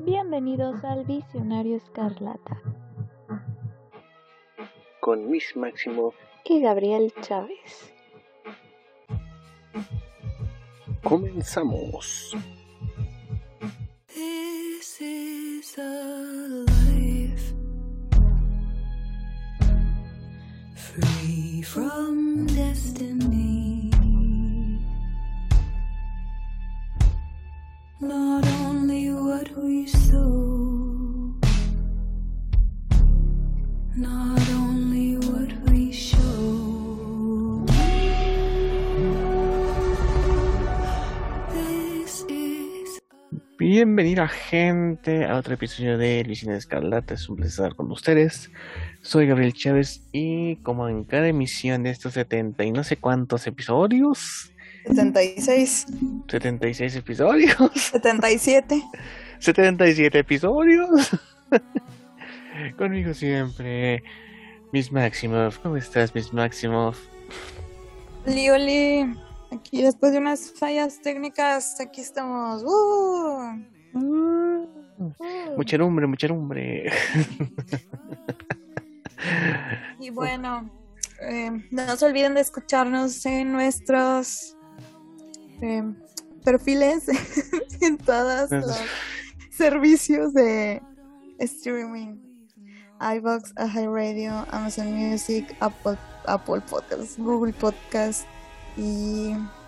Bienvenidos al Visionario Escarlata con Miss Máximo y Gabriel Chávez. Comenzamos. This is a life free from destiny. Not only what we sow, not only what we show. This is Bienvenida gente a otro episodio de El Visionario Escarlata. Es un placer estar con ustedes. Soy Gabriel Chávez y como en cada emisión de estos 70 y no sé cuántos episodios, 76, 76 episodios, 77. 77 episodios. Conmigo siempre, Miss Maximoff. ¿Cómo estás, Miss Maximoff? Lioli, aquí después de unas fallas técnicas, aquí estamos. Mucha lumbre. Y bueno, no se olviden de escucharnos en nuestros perfiles en todos los servicios de streaming: iVoox, iHeartRadio, Amazon Music, Apple Podcasts, Google Podcasts y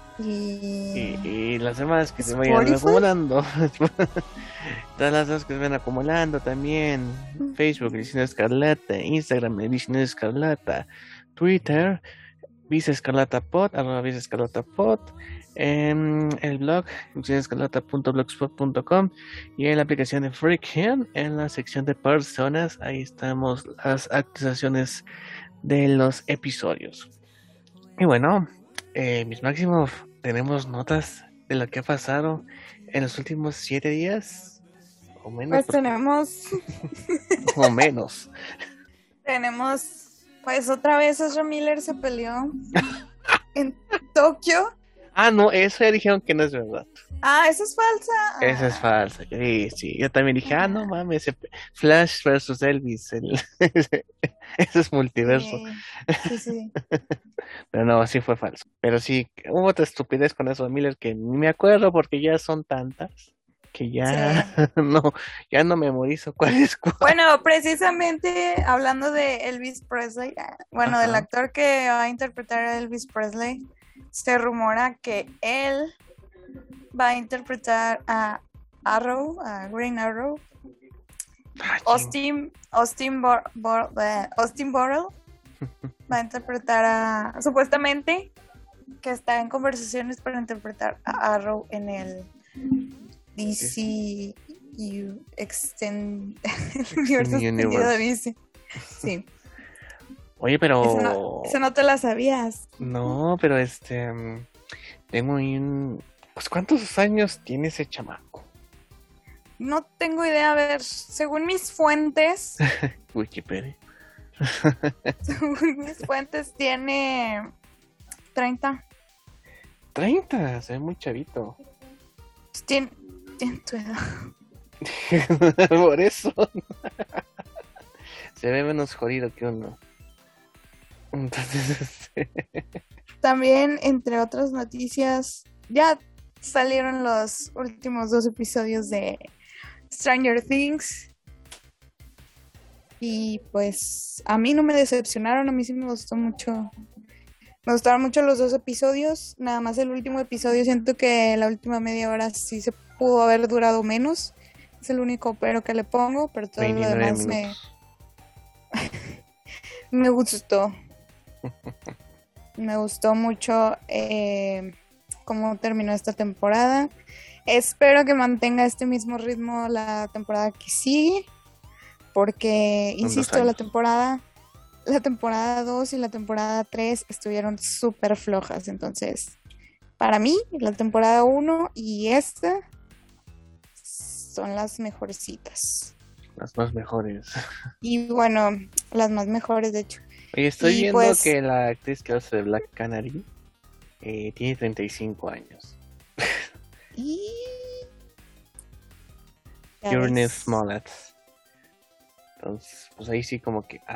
las demás que se vayan Spotify. acumulando. Todas las demás que se vayan acumulando también. Facebook, Visionario Escarlata. Instagram, Visionario Escarlata. Twitter, Vice Escarlata Pod, @Vice Escarlata Pod. El blog, visionariscarlata.blogspot.com. Y en la aplicación de Freakhand, en la sección de personas, ahí estamos las actualizaciones de los episodios. Y bueno, Miss Maximoff, tenemos notas de lo que ha pasado en los últimos 7 días o menos. Pues tenemos O menos. pues otra vez Ezra Miller se peleó en Tokio. Ah, no, eso ya dijeron que no es verdad. Ah, esa es falsa. Esa es falsa. Sí, yo también dije, no mames, Flash versus Elvis, eso es multiverso. Sí. Pero no, sí fue falso. Pero sí, hubo otra estupidez con eso de Miller que ni me acuerdo porque ya son tantas que ya ya no memorizo cuál es cuál. Bueno, precisamente hablando de Elvis Presley, bueno, del actor que va a interpretar a Elvis Presley, se rumora que él va a interpretar a Green Arrow. Austin Butler va a interpretar supuestamente que está en conversaciones para interpretar a Arrow en el DCU el universo extendido de DC. Sí. Oye, pero Eso no te la sabías. no, pero tengo ahí pues ¿cuántos años tiene ese chamaco? No tengo idea, a ver, según mis fuentes, Wikipedia. tiene 30. 30, se ve muy chavito. Tiene tu edad. Por eso. Se ve menos jodido que uno. Entonces, También, entre otras noticias, ya salieron los últimos 2 episodios de Stranger Things. Y pues a mí no me decepcionaron, a mí sí me gustó mucho. Me gustaron mucho los 2 episodios. Nada más el último episodio, siento que la última media hora sí se pudo haber durado menos. Es el único pero que le pongo, pero todo lo demás me gustó. Me gustó mucho cómo terminó esta temporada. Espero que mantenga este mismo ritmo la temporada que sigue, porque, insisto, la temporada 2 y la temporada 3 estuvieron súper flojas. Entonces, para mí, la temporada 1 y esta son las mejorcitas. Las más mejores. Y bueno, las más mejores, de hecho. Oye, estoy viendo que la actriz que hace de Black Canary tiene 35 años. Y Journey Smollett. Entonces, pues ahí sí como que,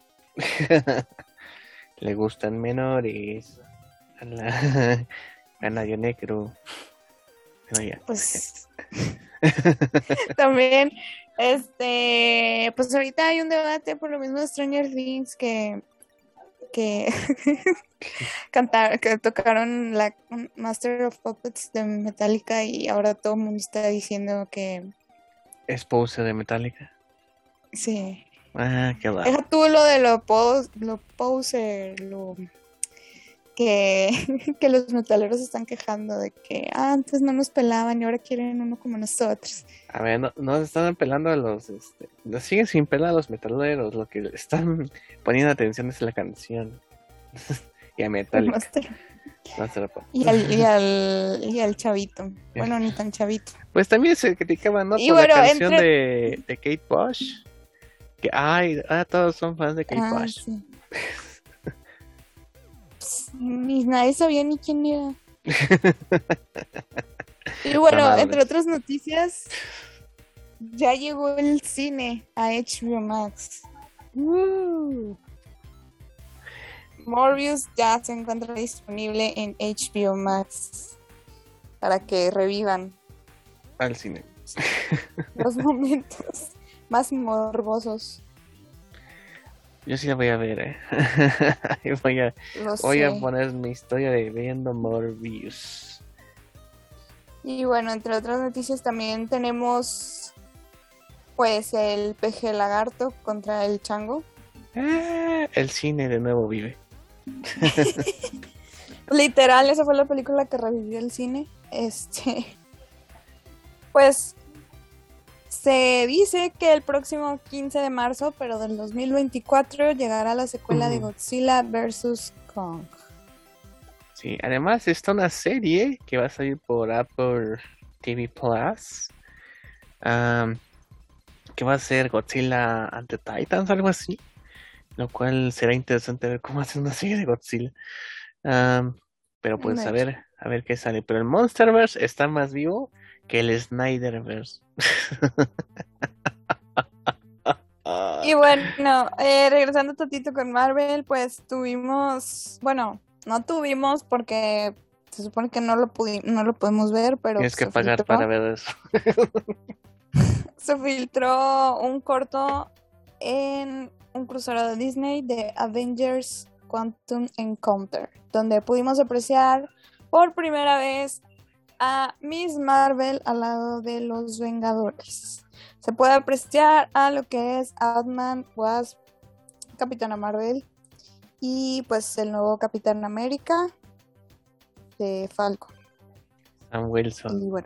le gustan menores a la Nadio Necro. Bueno, ya. Pues también, pues ahorita hay un debate por lo mismo de Stranger Things que que tocaron la Master of Puppets de Metallica y ahora todo el mundo está diciendo que Es pose de Metallica. sí. Qué raro. Deja tú lo de lo poser, que, que los metaleros están quejando de que antes no nos pelaban y ahora quieren uno como nosotros. A ver, no se están pelando a los siguen sin pelar a los metaleros, lo que están poniendo atención es la canción. Y a Metallica. Master of Puppets. Y al chavito. Bueno, ni tan chavito. Pues también se criticaban, ¿no? Y Por bueno, la canción de Kate Bush. Que todos son fans de Kate Bush. Sí. Pues, ni nadie sabía ni quién era. Y bueno, Amables. entre otras noticias, ya llegó el cine a HBO Max. Morbius ya se encuentra disponible en HBO Max para que revivan Al cine. los momentos más morbosos. Yo sí la voy a ver, voy a poner mi historia de viendo Morbius. Y bueno, entre otras noticias también tenemos pues el peje lagarto contra el chango. El cine de nuevo vive. Literal, esa fue la película que revivió el cine. Pues se dice que el próximo 15 de marzo, pero del 2024, llegará la secuela de Godzilla vs. Kong. Sí, además está una serie que va a salir por Apple TV Plus, que va a ser Godzilla ante Titans, algo así, lo cual será interesante ver cómo hacer una serie de Godzilla. Pero pues a ver qué sale. Pero el Monsterverse está más vivo que el Snyderverse. Y bueno, regresando tantito con Marvel, pues no tuvimos porque se supone que no lo podemos ver, pero Tienes que pagar para ver eso. Se filtró un corto en un crucero de Disney de Avengers Quantum Encounter, donde pudimos apreciar por primera vez a Miss Marvel al lado de los Vengadores. Se puede apreciar a lo que es Ant-Man, Wasp, Capitana Marvel y pues el nuevo Capitán América de Falcon. Sam Wilson. Y bueno.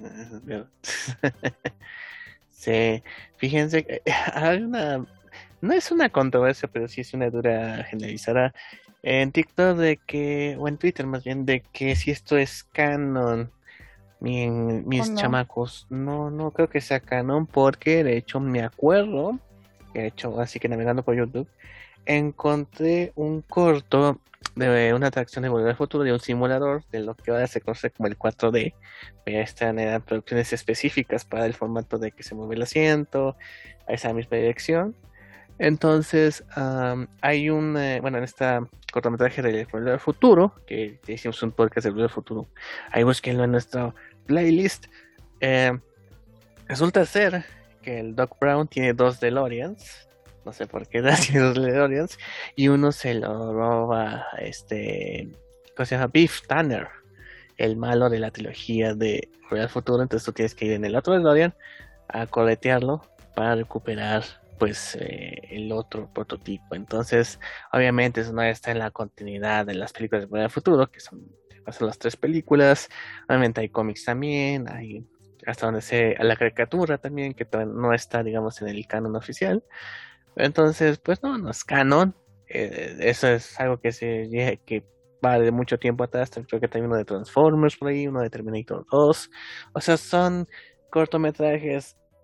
Sí, fíjense que no es una controversia, pero sí es una dura generalizada en TikTok o en Twitter más bien, de que si esto es canon. Mis chamacos, no creo que sea canon, porque de hecho me acuerdo, así que navegando por YouTube, encontré un corto de una atracción de Volver al Futuro, de un simulador de lo que ahora se conoce como el 4D. Ya están en producciones específicas para el formato de que se mueve el asiento a esa misma dirección. Entonces hay en esta cortometraje de Volver al Futuro, que hicimos un podcast de Volver al Futuro, ahí búsquenlo en nuestra playlist. Resulta ser que el Doc Brown tiene 2 DeLoreans, no sé por qué tiene 2 DeLoreans, y uno se lo roba ¿cómo se llama? Biff Tanner, el malo de la trilogía de Volver al Futuro. Entonces tú tienes que ir en el otro DeLorean a coletearlo para recuperar pues el otro prototipo. Entonces obviamente eso no está en la continuidad de las películas de Volver al Futuro, que son las 3 películas. Obviamente hay cómics también, hay hasta donde la caricatura también, que no está, digamos, en el canon oficial. Entonces pues no es canon. Eso es algo que va de mucho tiempo atrás. Creo que también uno de Transformers por ahí, uno de Terminator 2. O sea, son cortometrajes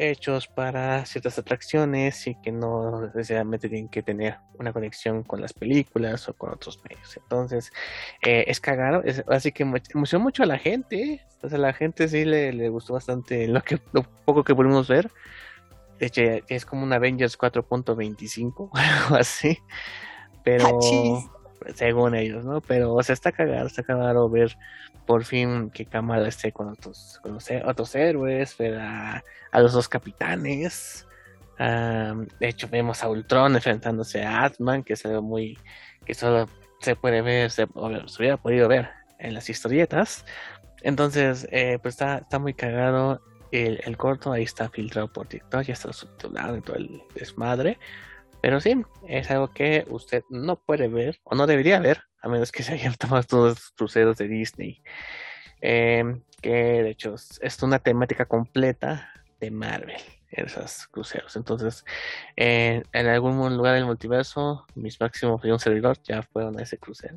hechos para ciertas atracciones y que no necesariamente tienen que tener una conexión con las películas o con otros medios. Entonces, es cagado, así que emocionó mucho a la gente. Entonces, a la gente sí le gustó bastante lo poco que pudimos ver. De hecho, es como un Avengers 4.25 o algo así. Pero Achis. según ellos, ¿no? Pero, o sea, está cagado ver por fin que Kamala esté con otros héroes, ver a los dos capitanes. De hecho, vemos a Ultron enfrentándose a Ant-Man, que es algo que solo se puede ver, o se hubiera podido ver en las historietas. Entonces, pues está muy cagado el corto, ahí está filtrado por TikTok, ya está subtitulado y todo el desmadre. Pero sí, es algo que usted no puede ver, o no debería ver, a menos que se hayan tomado todos los cruceros de Disney. Que de hecho es una temática completa de Marvel, esos cruceros. Entonces, en algún lugar del multiverso, mis máximos y un servidor ya fueron a ese crucero.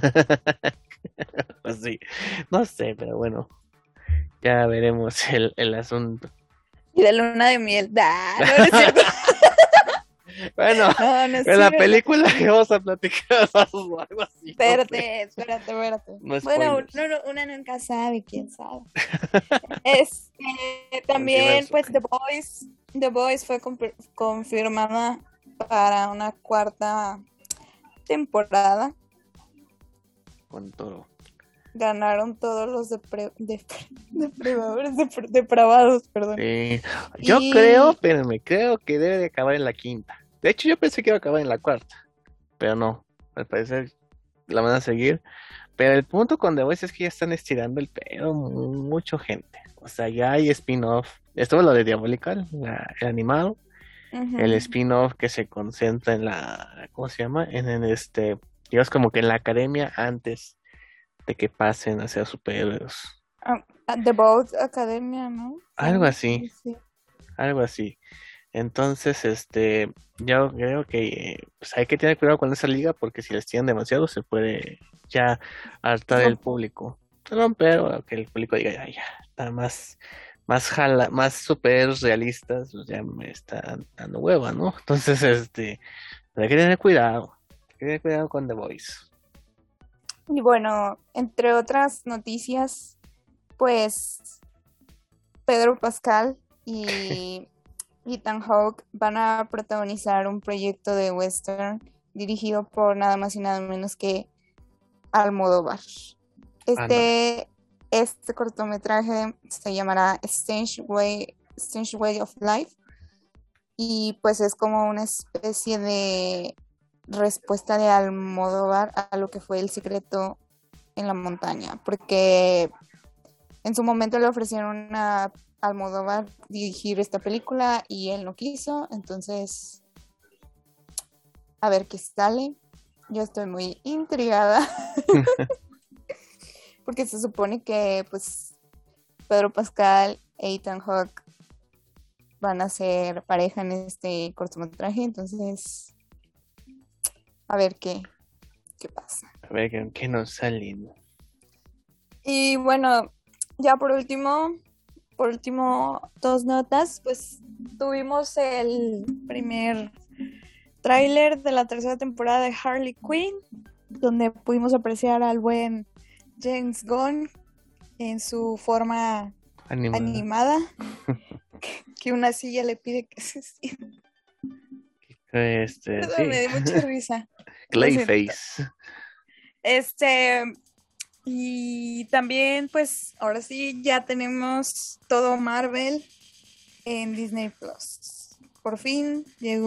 Pues sí, no sé, pero bueno, ya veremos el asunto. Y de luna de miel. No es cierto. Bueno, No, no es en la cierto. película que vamos a platicar o algo así. Espérate. No Bueno, spoilers. una nunca sabe, quién sabe. También, Multiverso. pues, The Boys fue confirmada para una cuarta temporada. Con todo. Ganaron todos los depravados, perdón. Sí. Yo Y- creo que debe de acabar en la quinta. De hecho, yo pensé que iba a acabar en la cuarta, pero no, al parecer la van a seguir. Pero el punto con The Voice es que ya están estirando el pedo mucho gente. O sea, ya hay spin-off. Estuvo lo de Diabolical, el animado. Ujú. El spin-off que se concentra en ¿cómo se llama? Digamos como que en la academia antes de que pasen a ser superhéroes. The Boat Academia, ¿no? Algo así. Sí. Algo así. Entonces, yo creo que pues hay que tener cuidado con esa liga porque si les tiran demasiado se puede ya hartar el público. Romper o que el público diga, "Ay, ya, está más super realistas, pues ya me están dando hueva, ¿no?" Entonces, hay que tener cuidado. Hay que tener cuidado con The Voice. Y bueno, entre otras noticias, pues Pedro Pascal y Ethan Hawke van a protagonizar un proyecto de western dirigido por nada más y nada menos que Almodóvar. Este cortometraje se llamará Strange Way of Life y pues es como una especie de respuesta de Almodóvar a lo que fue El secreto en la montaña, porque en su momento le ofrecieron a Almodóvar dirigir esta película y él no quiso, entonces a ver qué sale. Yo estoy muy intrigada porque se supone que pues Pedro Pascal e Ethan Hawke van a ser pareja en este cortometraje, entonces a ver qué pasa. A ver qué nos salen. Y bueno, ya por último, dos notas, pues tuvimos el primer tráiler de la tercera temporada de Harley Quinn, donde pudimos apreciar al buen James Gunn en su forma animada, que una silla le pide que se sienta. Perdón, Sí. me dio mucha risa. Clayface. Y también, pues, ahora sí, ya tenemos todo Marvel en Disney Plus. Por fin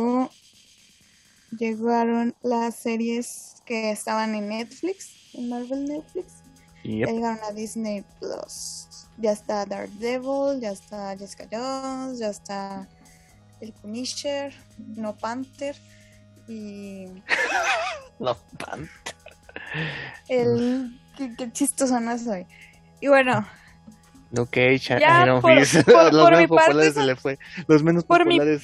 llegaron las series que estaban en Netflix, en Marvel Netflix. Yep. Ya llegaron a Disney Plus. Ya está Daredevil, ya está Jessica Jones, ya está el Punisher, No Panther y No, Panther. Qué chistoso no soy. Y bueno, Luke Cage, ya Iron por Fist. mi Los menos parte populares se le fue. Los menos por mi- populares.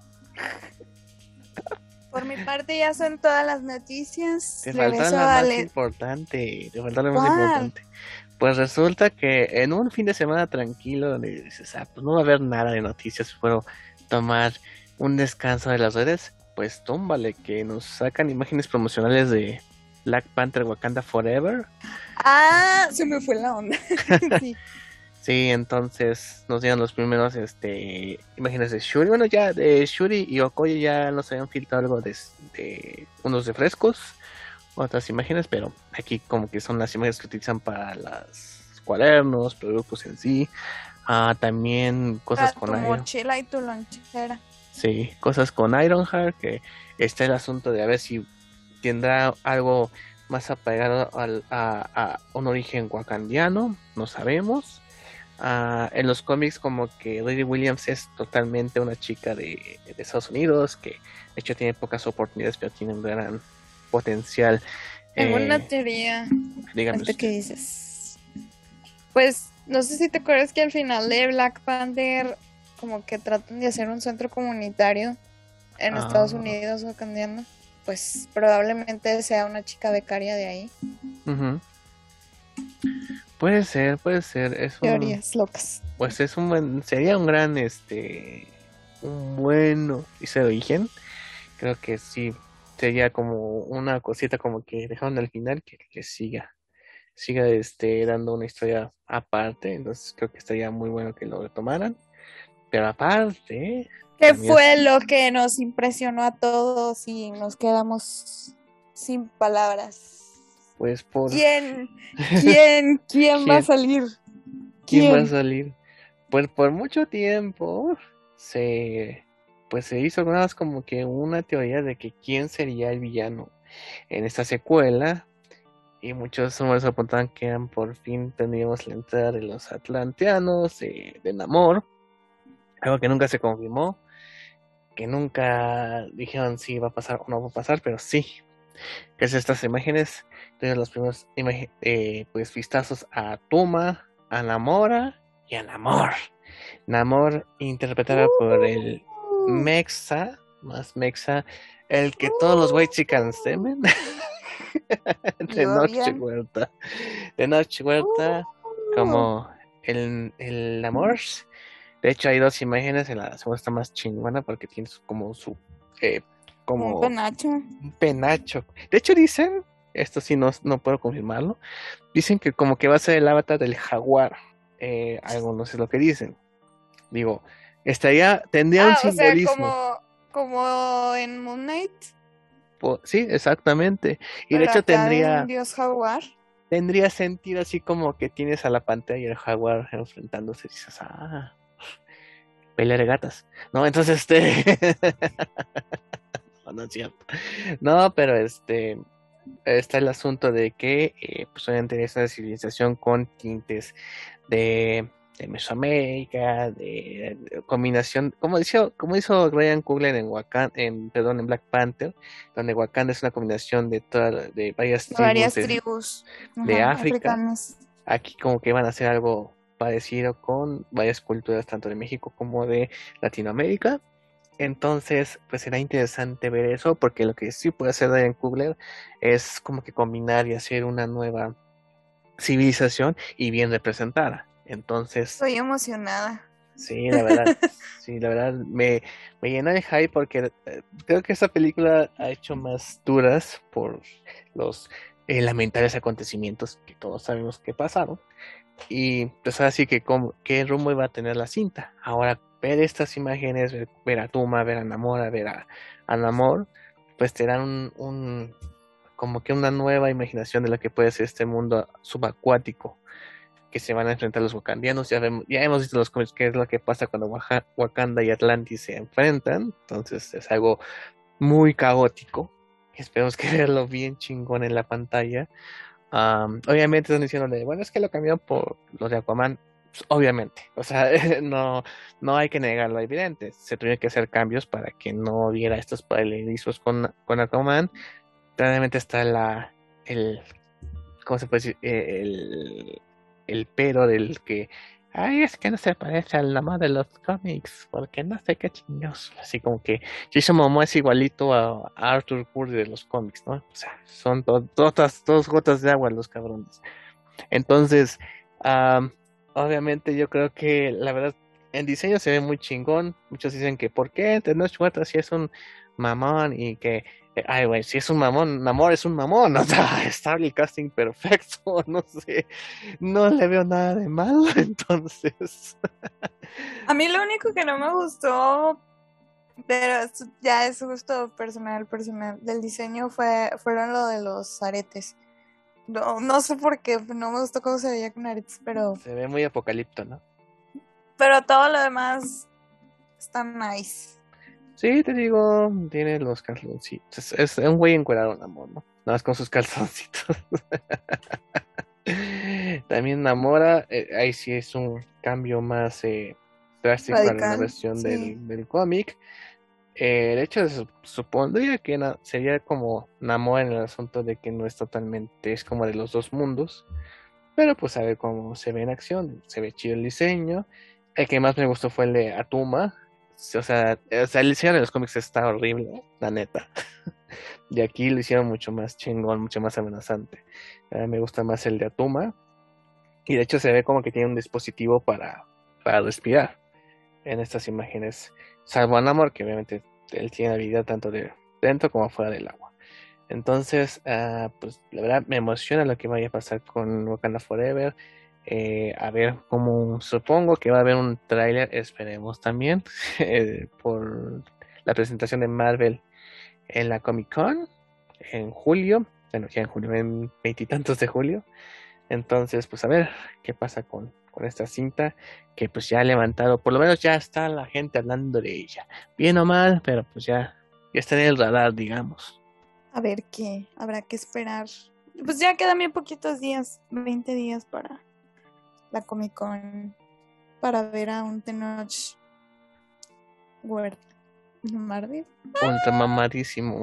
por mi parte ya son todas las noticias. Te falta Regreso la a más importante. Te falta la más ¿Cuál? importante. Pues resulta que en un fin de semana tranquilo, donde dices, pues no va a haber nada de noticias, puedo tomar un descanso de las redes, pues tómbale, que nos sacan imágenes promocionales de Black Panther Wakanda Forever. Ah, se me fue la onda. Sí. Sí, entonces nos dieron los primeros imágenes de Shuri. Bueno, ya de Shuri y Okoye ya nos habían filtrado algo de unos refrescos, otras imágenes, pero aquí como que son las imágenes que utilizan para los cuadernos, productos en sí. También cosas Para con tu Iron. mochila y tu lonchera. Sí, cosas con Ironheart, que está el asunto de a ver si tendrá algo más apegado a un origen wakandiano, no sabemos. En los cómics como que Lady Williams es totalmente una chica de Estados Unidos, que de hecho tiene pocas oportunidades, pero tiene un gran potencial. Tengo una teoría. Dígame ¿Este usted. qué dices? Pues no sé si te acuerdas que al final de Black Panther como que tratan de hacer un centro comunitario en Estados Unidos o cambiando. Pues probablemente sea una chica becaria de ahí. Ujú. Puede ser. Teorías locas. Pues es sería un gran, un buen noticia de origen. Creo que sí, sería como una cosita como que dejaron al final que siga, dando una historia aparte. Entonces creo que estaría muy bueno que lo retomaran. Pero aparte, ¿Qué también fue lo que nos impresionó a todos y nos quedamos sin palabras? pues por ¿Quién va a ¿Quién? salir? ¿Quién va a salir? Pues por mucho tiempo se hizo nada más como que una teoría de que quién sería el villano en esta secuela, y muchos rumores apuntaban que por fin tendríamos la entrada de los atlanteanos, de Namor, algo que nunca se confirmó, que nunca dijeron si va a pasar o no va a pasar, pero sí, que es estas imágenes, de los primeros pues vistazos a Tuma, a Namora y a Namor. Namor interpretada por el Mexa, más Mexa, el que todos los white chickens temen. de Noche Huerta. De Noche Huerta, como el Namor. De hecho, hay dos imágenes. En la segunda está más chingona porque tiene como su. Como Un penacho. un penacho. De hecho, dicen. Esto sí no puedo confirmarlo. Dicen que como que va a ser el avatar del jaguar. Algunos es lo que dicen. Digo, tendría un simbolismo. O sea, como en Moon Knight. Sí, exactamente. Y de Pero hecho acá de un dios jaguar. tendría sentido así como que tienes a la pantalla y el jaguar enfrentándose y dices, pelea de gatas. No, entonces no es cierto. No, pero está el asunto de que pues obviamente es una civilización con tintes de Mesoamérica, de combinación, como hizo Ryan Coogler en Black Panther, donde Wakanda es una combinación de varias tribus de África. africanas. Aquí como que van a hacer algo parecido con varias culturas tanto de México como de Latinoamérica. Entonces, pues será interesante ver eso, porque lo que sí puede hacer Ryan Coogler es como que combinar y hacer una nueva civilización y bien representada. Entonces, estoy emocionada. Sí, la verdad me llena de hype porque creo que esta película ha hecho más duras por los lamentables acontecimientos que todos sabemos que pasaron. Y pues así que qué rumbo iba a tener la cinta. Ahora ver estas imágenes, ver a Tuma, ver a Namora, ver a Namor, pues te dan como que una nueva imaginación de lo que puede ser este mundo subacuático que se van a enfrentar los wakandianos. Ya hemos visto en los cómics qué es lo que pasa cuando Wakanda y Atlantis se enfrentan. Entonces es algo muy caótico. Esperemos que verlo bien chingón en la pantalla. Obviamente están diciendo, bueno, es que lo cambiaron por los de Aquaman. Pues, obviamente, o sea, no hay que negar lo evidente. Se tuvieron que hacer cambios para que no hubiera estos paralelismos con Aquaman. Claramente está ¿cómo se puede decir? El pero del que, es que no se parece al Namor de los cómics, porque no sé qué chingados. Así como que Jason Momoa es igualito a Arthur Curry de los cómics, ¿no? O sea, son dos gotas de agua los cabrones. Entonces, am, obviamente yo creo que la verdad en diseño se ve muy chingón. Muchos dicen que ¿por qué Tenoch Huerta si es un mamón y que ay güey, si es un mamón, Namor es un mamón, o sea, está el casting perfecto, no sé, no le veo nada de malo, entonces, A mí lo único que no me gustó, pero ya es gusto personal del diseño, fueron lo de los aretes. No sé por qué, no me gustó cómo se veía con aretes, se ve muy apocalipto, ¿no? pero todo lo demás está nice. Sí, te digo, tiene los calzoncitos, es un güey encuadrado, Namor, ¿no? Nada más con sus calzoncitos. También Namora, ahí sí es un cambio más drástico a la Radical, versión sí. del cómic. De hecho, supondría que sería como Namor en el asunto de que no es totalmente, es como de los dos mundos. Pero pues a ver cómo se ve en acción, se ve chido el diseño. El que más me gustó fue el de Atuma. O sea, el diseño de los cómics está horrible, la neta. Y aquí lo hicieron mucho más chingón, mucho más amenazante. Me gusta más el de Atuma. Y de hecho se ve como que tiene un dispositivo para respirar en estas imágenes. Salvo a Namor, que obviamente él tiene habilidad tanto de dentro como fuera del agua. Entonces, pues la verdad me emociona lo que vaya a pasar con Wakanda Forever. A ver cómo, supongo que va a haber un tráiler, esperemos también, por la presentación de Marvel en la Comic Con en julio. Bueno, ya en julio, en veintitantos de julio. Entonces, pues a ver qué pasa con esta cinta que pues ya ha levantado, por lo menos ya está la gente hablando de ella. Bien o mal, pero pues ya está en el radar, digamos. A ver qué, habrá que esperar. Pues ya quedan bien poquitos días, 20 días para la Comic Con, para ver a un Tenoch Huerta. Marvel. Ultra mamadísimo.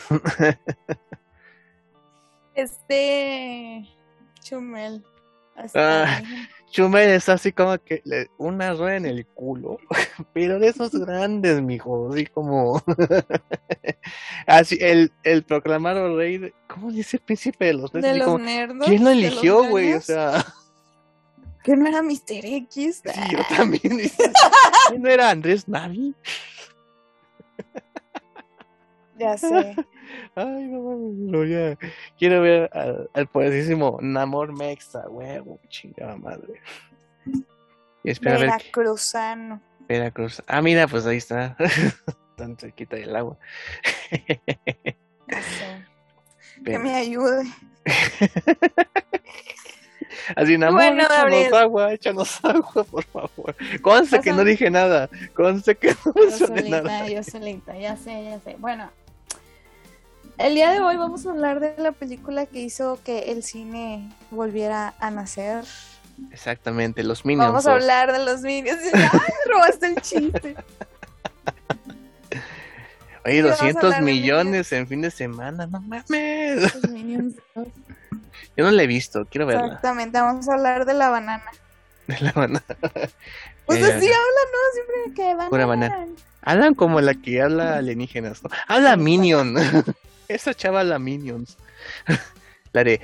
Chumel. Chumel es así como que una rueda en el culo, pero de esos grandes, mijo, así como así el proclamado rey, ¿cómo dice el príncipe de los nerds? De Así los como, nerdos. ¿quién lo eligió, güey? O sea, que no era Mr. X. Sí, yo también. ¿Quién no era Andrés Navi? Ya sé. Ay, no mames, no, ya. Quiero ver al poderosísimo Namor Mexa, huevo, chingada madre. Y espera a ver. Veracruzano. Veracruz. Ah, mira, pues ahí está. Tan cerquita del agua. Ya sé. Que Pero- me ayude. Así, Namor, Bueno, Gabriel. échanos agua, por favor. Conste que no Pásame. dije nada. Conste que no mencioné nada. Yo solita, ya sé. Bueno, el día de hoy vamos a hablar de la película que hizo que el cine volviera a nacer. Exactamente, los Minions. Vamos a hablar de los Minions. ¡Ay, me robaste el chiste! Oye, vamos a 200 hablar de millones en fin de semana, no mames. Los Minions 2. Yo no la he visto, quiero verla. Exactamente, vamos a hablar de la banana. De la banana. Pues así hablan, ¿no? Siempre que van. Pura banana. Hablan como la que habla alienígenas, ¿no? Habla Sí, Minion. Esa chava habla Minions. La de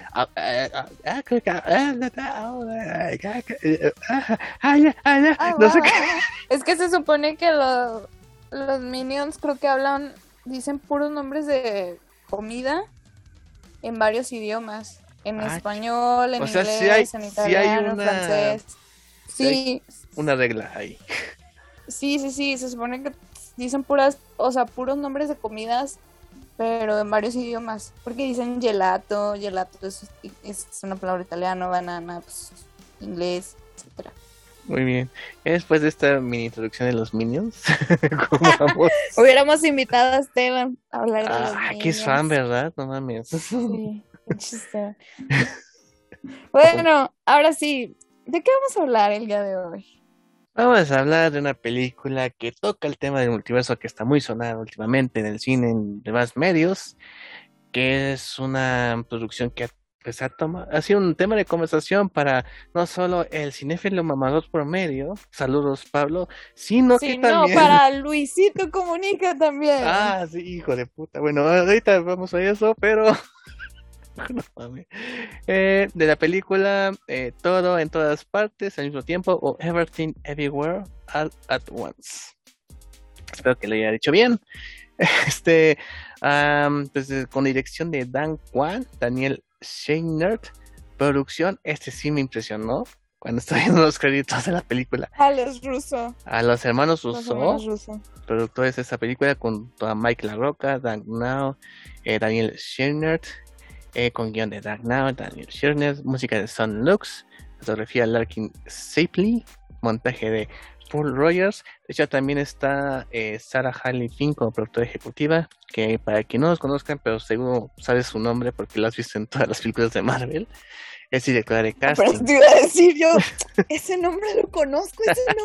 no sé qué. Es que se supone que los Minions creo que dicen puros nombres de comida en varios idiomas. En español, en o sea, inglés, sí en hay italiano, en una- francés. Sí, Una regla ahí. sí, se supone que dicen puros nombres de comidas, pero en varios idiomas. Porque dicen gelato es una palabra italiana, banana, pues, inglés, etcétera. Muy bien. Después de esta mini introducción de los Minions, ¿cómo vamos? Hubiéramos invitado a Esteban a hablar de los Que es Minions. fan, ¿verdad? No mames. Sí, qué chiste. Bueno, ahora sí, ¿de qué vamos a hablar el día de hoy? Vamos a hablar de una película que toca el tema del multiverso que está muy sonada últimamente en el cine, en demás medios, que es una producción que pues, ha sido un tema de conversación para no solo el cinéfilo mamador promedio, saludos Pablo, sino Sí, que no, también... para Luisito Comunica también. Ah, sí, hijo de puta. Bueno, ahorita vamos a eso, pero No mames. De la película Todo en todas partes al mismo tiempo o Everything Everywhere All at Once. Espero que lo haya dicho bien. Este, pues, con dirección de Dan Kwan, Daniel Scheinert, producción, sí me impresionó cuando estaba viendo los créditos de la película. A los Russo. A los hermanos Los Russo, hermanos Russo. productores de esta película, con a Mike La Roca, Dan Now, Daniel Scheinert, con guión de Dan Now, Daniel Scheinert, música de Son Lux, fotografía Larkin Sapley, montaje de Paul Rogers. De hecho también está Sarah Haley Finn como productora ejecutiva, que para quien no los conozcan, pero seguro sabes su nombre porque lo has visto en todas las películas de Marvel, es directora de Pero casting. te iba a decir yo, ese nombre lo conozco.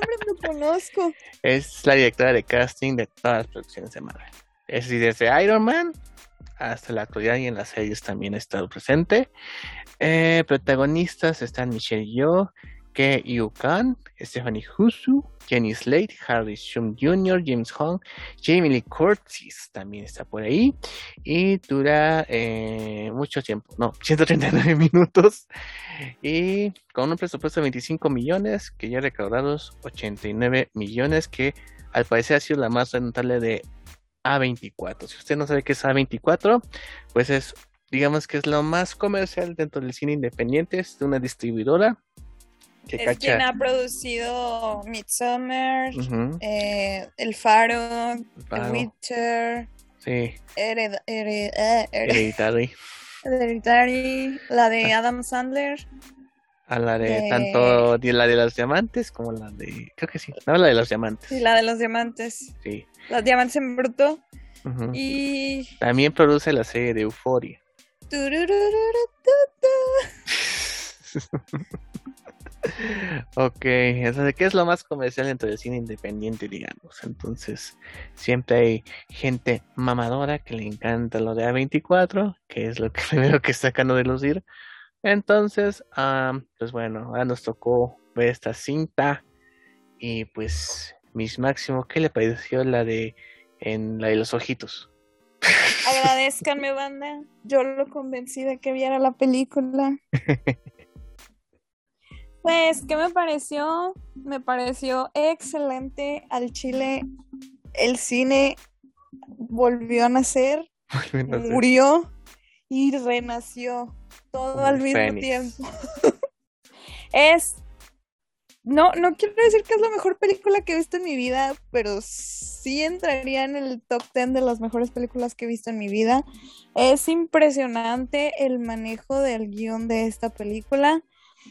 Es la directora de casting de todas las producciones de Marvel. Es decir, desde Iron Man hasta la actualidad, y en las series también ha estado presente. Protagonistas están Michelle Yeoh, Ke Yu Kwan, Stephanie Hsu, Jenny Slate, Harry Shum Jr., James Hong, Jamie Lee Curtis también está por ahí, y dura mucho tiempo, 139 minutos, y con un presupuesto de 25 millones, que ya recaudados 89 millones, que al parecer ha sido la más rentable de A24. Si usted no sabe qué es A24, pues es, digamos que es lo más comercial dentro del cine independiente, es de una distribuidora que Es cacha. quien ha producido Midsommar, Ujú. El Faro, Faro. The Witcher, Sí, Hereditary, Hereditary, la de Adam Sandler. a la de de- tanto de la de los diamantes como la de, creo que sí, no, la de los diamantes. Y la de los diamantes. Sí. Los diamantes en bruto. Ujú. Y. También produce la serie de Euphoria. Ok, entonces, ¿qué es lo más comercial dentro del cine independiente, digamos? Entonces, siempre hay gente mamadora que le encanta lo de A24, que es lo que primero que sacan a relucir. Entonces, pues bueno, ahora nos tocó ver esta cinta y pues, Miss Máximo, ¿qué le pareció la de los ojitos? Agradezcanme, banda. Yo lo convencí de que viera la película. Pues, ¿qué me pareció? Me pareció excelente. Al chile, el cine volvió a nacer, No sé. murió y renació. Todo Como al el mismo Fénix. tiempo. No quiero decir que es la mejor película que he visto en mi vida, pero sí entraría en el top 10 de las mejores películas que he visto en mi vida. Es impresionante el manejo del guión de esta película.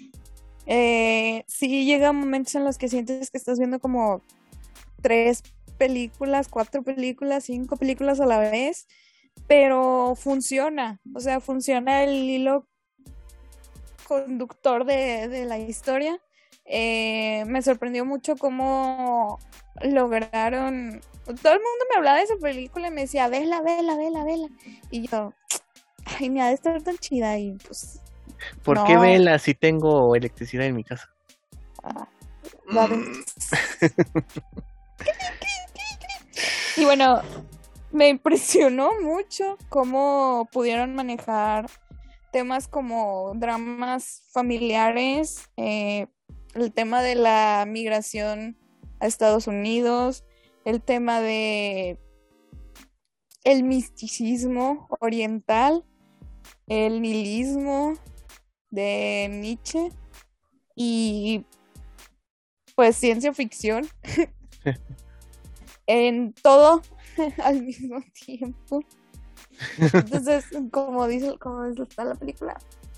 Sí llega momentos en los que sientes que estás viendo como 3 películas, 4 películas, 5 películas a la vez, pero funciona. O sea, funciona el hilo conductor de la historia. Me sorprendió mucho cómo lograron. Todo el mundo me hablaba de esa película y me decía, vela. Y yo, ay, me ha de estar tan chida. Y pues, ¿Por no. qué vela si tengo electricidad en mi casa? la de- Y bueno, me impresionó mucho cómo pudieron manejar temas como dramas familiares, el tema de la migración a Estados Unidos, el tema de el misticismo oriental, el nihilismo de Nietzsche y pues ciencia ficción en todo al mismo tiempo. Entonces, como está la película,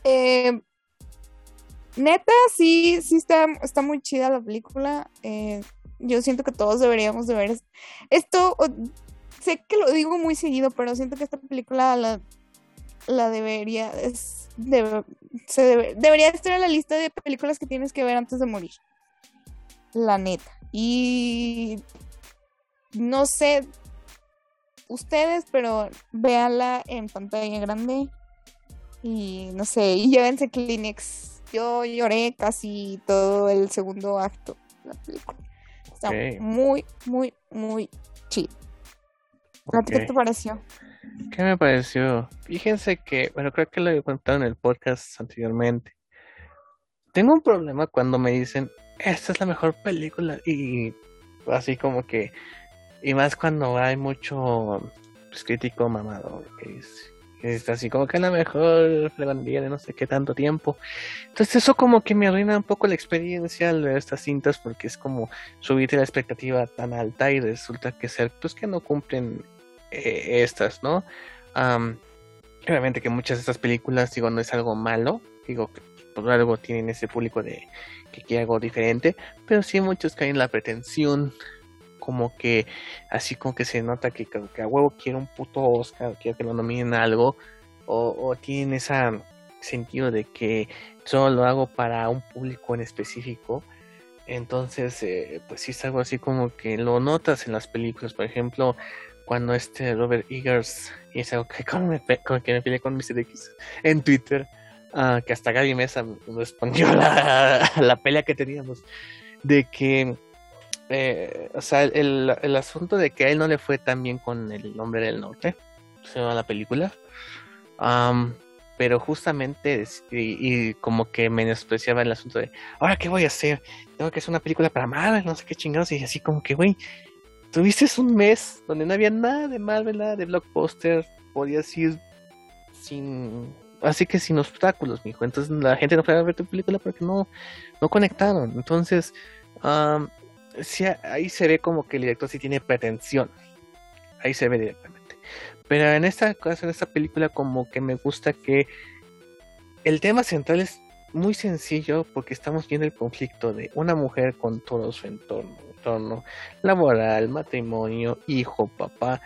neta, sí está muy chida la película. Yo siento que todos deberíamos de ver esto. Sé que lo digo muy seguido, pero siento que esta película la debería debería estar en la lista de películas que tienes que ver antes de morir. La neta. Y no sé ustedes, pero véanla en pantalla grande y no sé, y llévense Kleenex. Yo lloré casi todo el segundo acto de la película. Está Ok. muy, muy, muy chido. ¿A ti qué te pareció? ¿Qué me pareció? Fíjense que, bueno, creo que lo he contado en el podcast anteriormente. Tengo un problema cuando me dicen, esta es la mejor película y así como que, y más cuando hay mucho pues, crítico mamador, que es así como que la mejor fregandía de no sé qué tanto tiempo. Entonces eso como que me arruina un poco la experiencia al ver estas cintas porque es como subirte la expectativa tan alta y resulta que ser, pues que no cumplen estas, ¿no? Am, Obviamente que muchas de estas películas, digo, no es algo malo, digo que por algo tienen ese público de que quiere algo diferente, pero sí muchos caen en la pretensión, como que así como que se nota que a huevo quiere un puto Oscar, quiere que lo nominen a algo, o tienen ese sentido de que solo lo hago para un público en específico. Entonces, pues sí es algo así como que lo notas en las películas, por ejemplo, cuando Robert Eggers, y es algo que con que me peleé con Mr. X en Twitter, que hasta Gaby Mesa me respondió a la pelea que teníamos, de que, o sea, el asunto de que a él no le fue tan bien con El Hombre del Norte, se llama la película, am, pero justamente, y como que menospreciaba el asunto de, ¿ahora qué voy a hacer? Tengo que hacer una película para Marvel, no sé qué chingados, y así como que, güey, tuviste un mes donde no había nada de Marvel, nada de blockbuster, podías ir así que sin obstáculos, mijo. Entonces la gente no fue a ver tu película porque no conectaron. Entonces, am, sí, ahí se ve como que el director sí tiene pretensión. Ahí se ve directamente. Pero en esta ocasión, en esta película, como que me gusta que el tema central es muy sencillo porque estamos viendo el conflicto de una mujer con todo su entorno laboral, matrimonio, hijo, papá.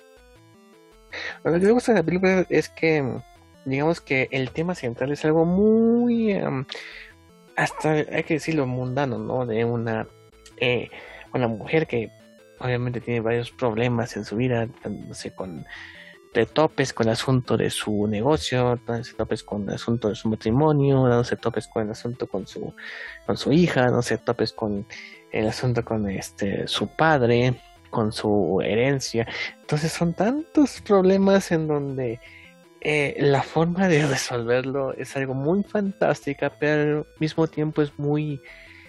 Lo que me gusta de la película es que, digamos que el tema central es algo muy, hasta hay que decirlo, mundano, ¿no? De una mujer que obviamente tiene varios problemas en su vida, no sé, de topes con el asunto de su negocio, dándose topes con el asunto de su matrimonio, dándose topes con el asunto con su hija, dándose topes con el asunto con su padre, con su herencia. Entonces son tantos problemas en donde la forma de resolverlo es algo muy fantástica, pero al mismo tiempo es muy,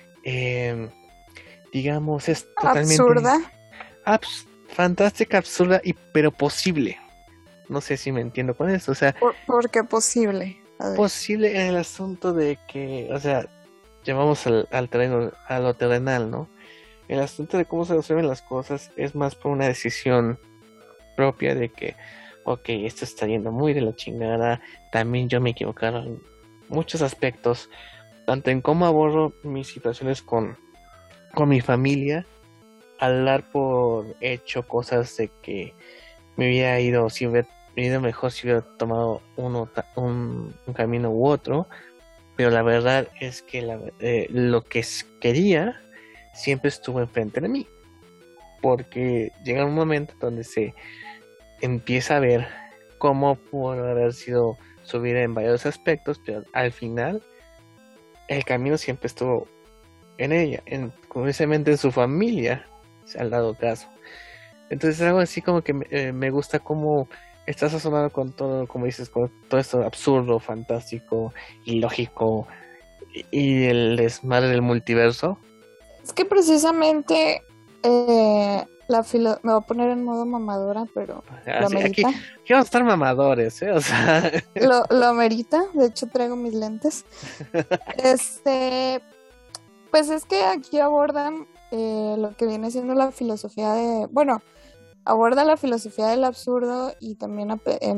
digamos, es totalmente Absurda. fantástica, absurda pero posible. No sé si me entiendo con eso, o sea, Porque posible. A ver. posible en el asunto de que, o sea, llevamos al terreno, a lo terrenal, ¿no? El asunto de cómo se resuelven las cosas es más por una decisión propia de que, ok, esto está yendo muy de la chingada, también yo me equivocaron en muchos aspectos, tanto en cómo abordo mis situaciones con mi familia, al dar por hecho cosas de que me hubiera ido, si hubiera ido mejor si hubiera tomado un camino u otro, pero la verdad es que lo que quería siempre estuvo enfrente de mí, porque llega un momento donde se empieza a ver cómo pudo haber sido su vida en varios aspectos, pero al final el camino siempre estuvo en ella, curiosamente en su familia se ha dado caso. Entonces algo así como que me gusta cómo estás asomado con todo, como dices, con todo esto absurdo, fantástico, ilógico y el desmadre del multiverso. Es que precisamente me voy a poner en modo mamadora, pero lo Así, aquí amerita. vamos a estar mamadores, o sea, Lo amerita. De hecho, traigo mis lentes. Pues es que aquí abordan lo que viene siendo la filosofía bueno, aborda la filosofía del absurdo y también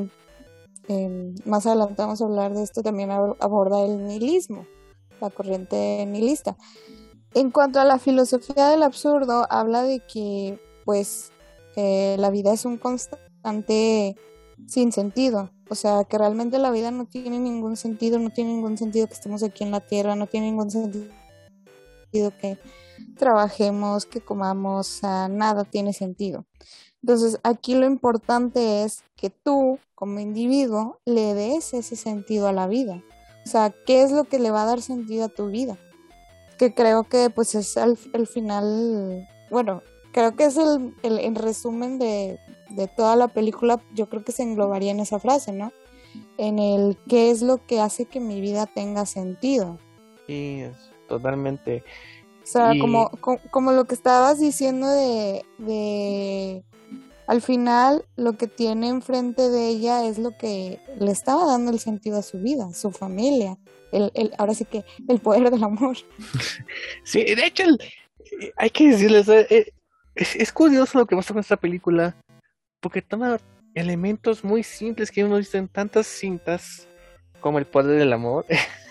más adelante vamos a hablar de esto, también aborda el nihilismo, la corriente nihilista. En cuanto a la filosofía del absurdo, habla de que pues la vida es un constante sin sentido, o sea que realmente la vida no tiene ningún sentido, no tiene ningún sentido que estemos aquí en la tierra, no tiene ningún sentido que trabajemos, que comamos, o sea, nada tiene sentido. Entonces aquí lo importante es que tú como individuo le des ese sentido a la vida, o sea, ¿qué es lo que le va a dar sentido a tu vida? Que creo que pues es el final, bueno, creo que es el resumen de de toda la película, yo creo que se englobaría en esa frase, ¿no? En el qué es lo que hace que mi vida tenga sentido. Sí, totalmente. O sea, Y como lo que estabas diciendo de al final lo que tiene enfrente de ella es lo que le estaba dando el sentido a su vida, su familia. Ahora sí que el poder del amor. sí, de hecho, hay que decirles, es curioso lo que pasa con esta película, porque toma elementos muy simples que hemos visto en tantas cintas, como el poder del amor.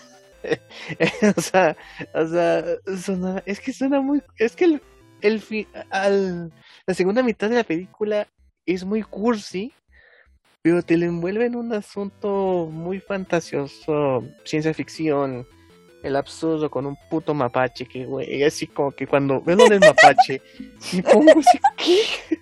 o sea, es que suena muy, es que la segunda mitad de la película es muy cursi, pero te lo envuelve en un asunto muy fantasioso, ciencia ficción, el absurdo con un puto mapache que, güey, así como que cuando veo lo del mapache, me pongo así, ¿qué?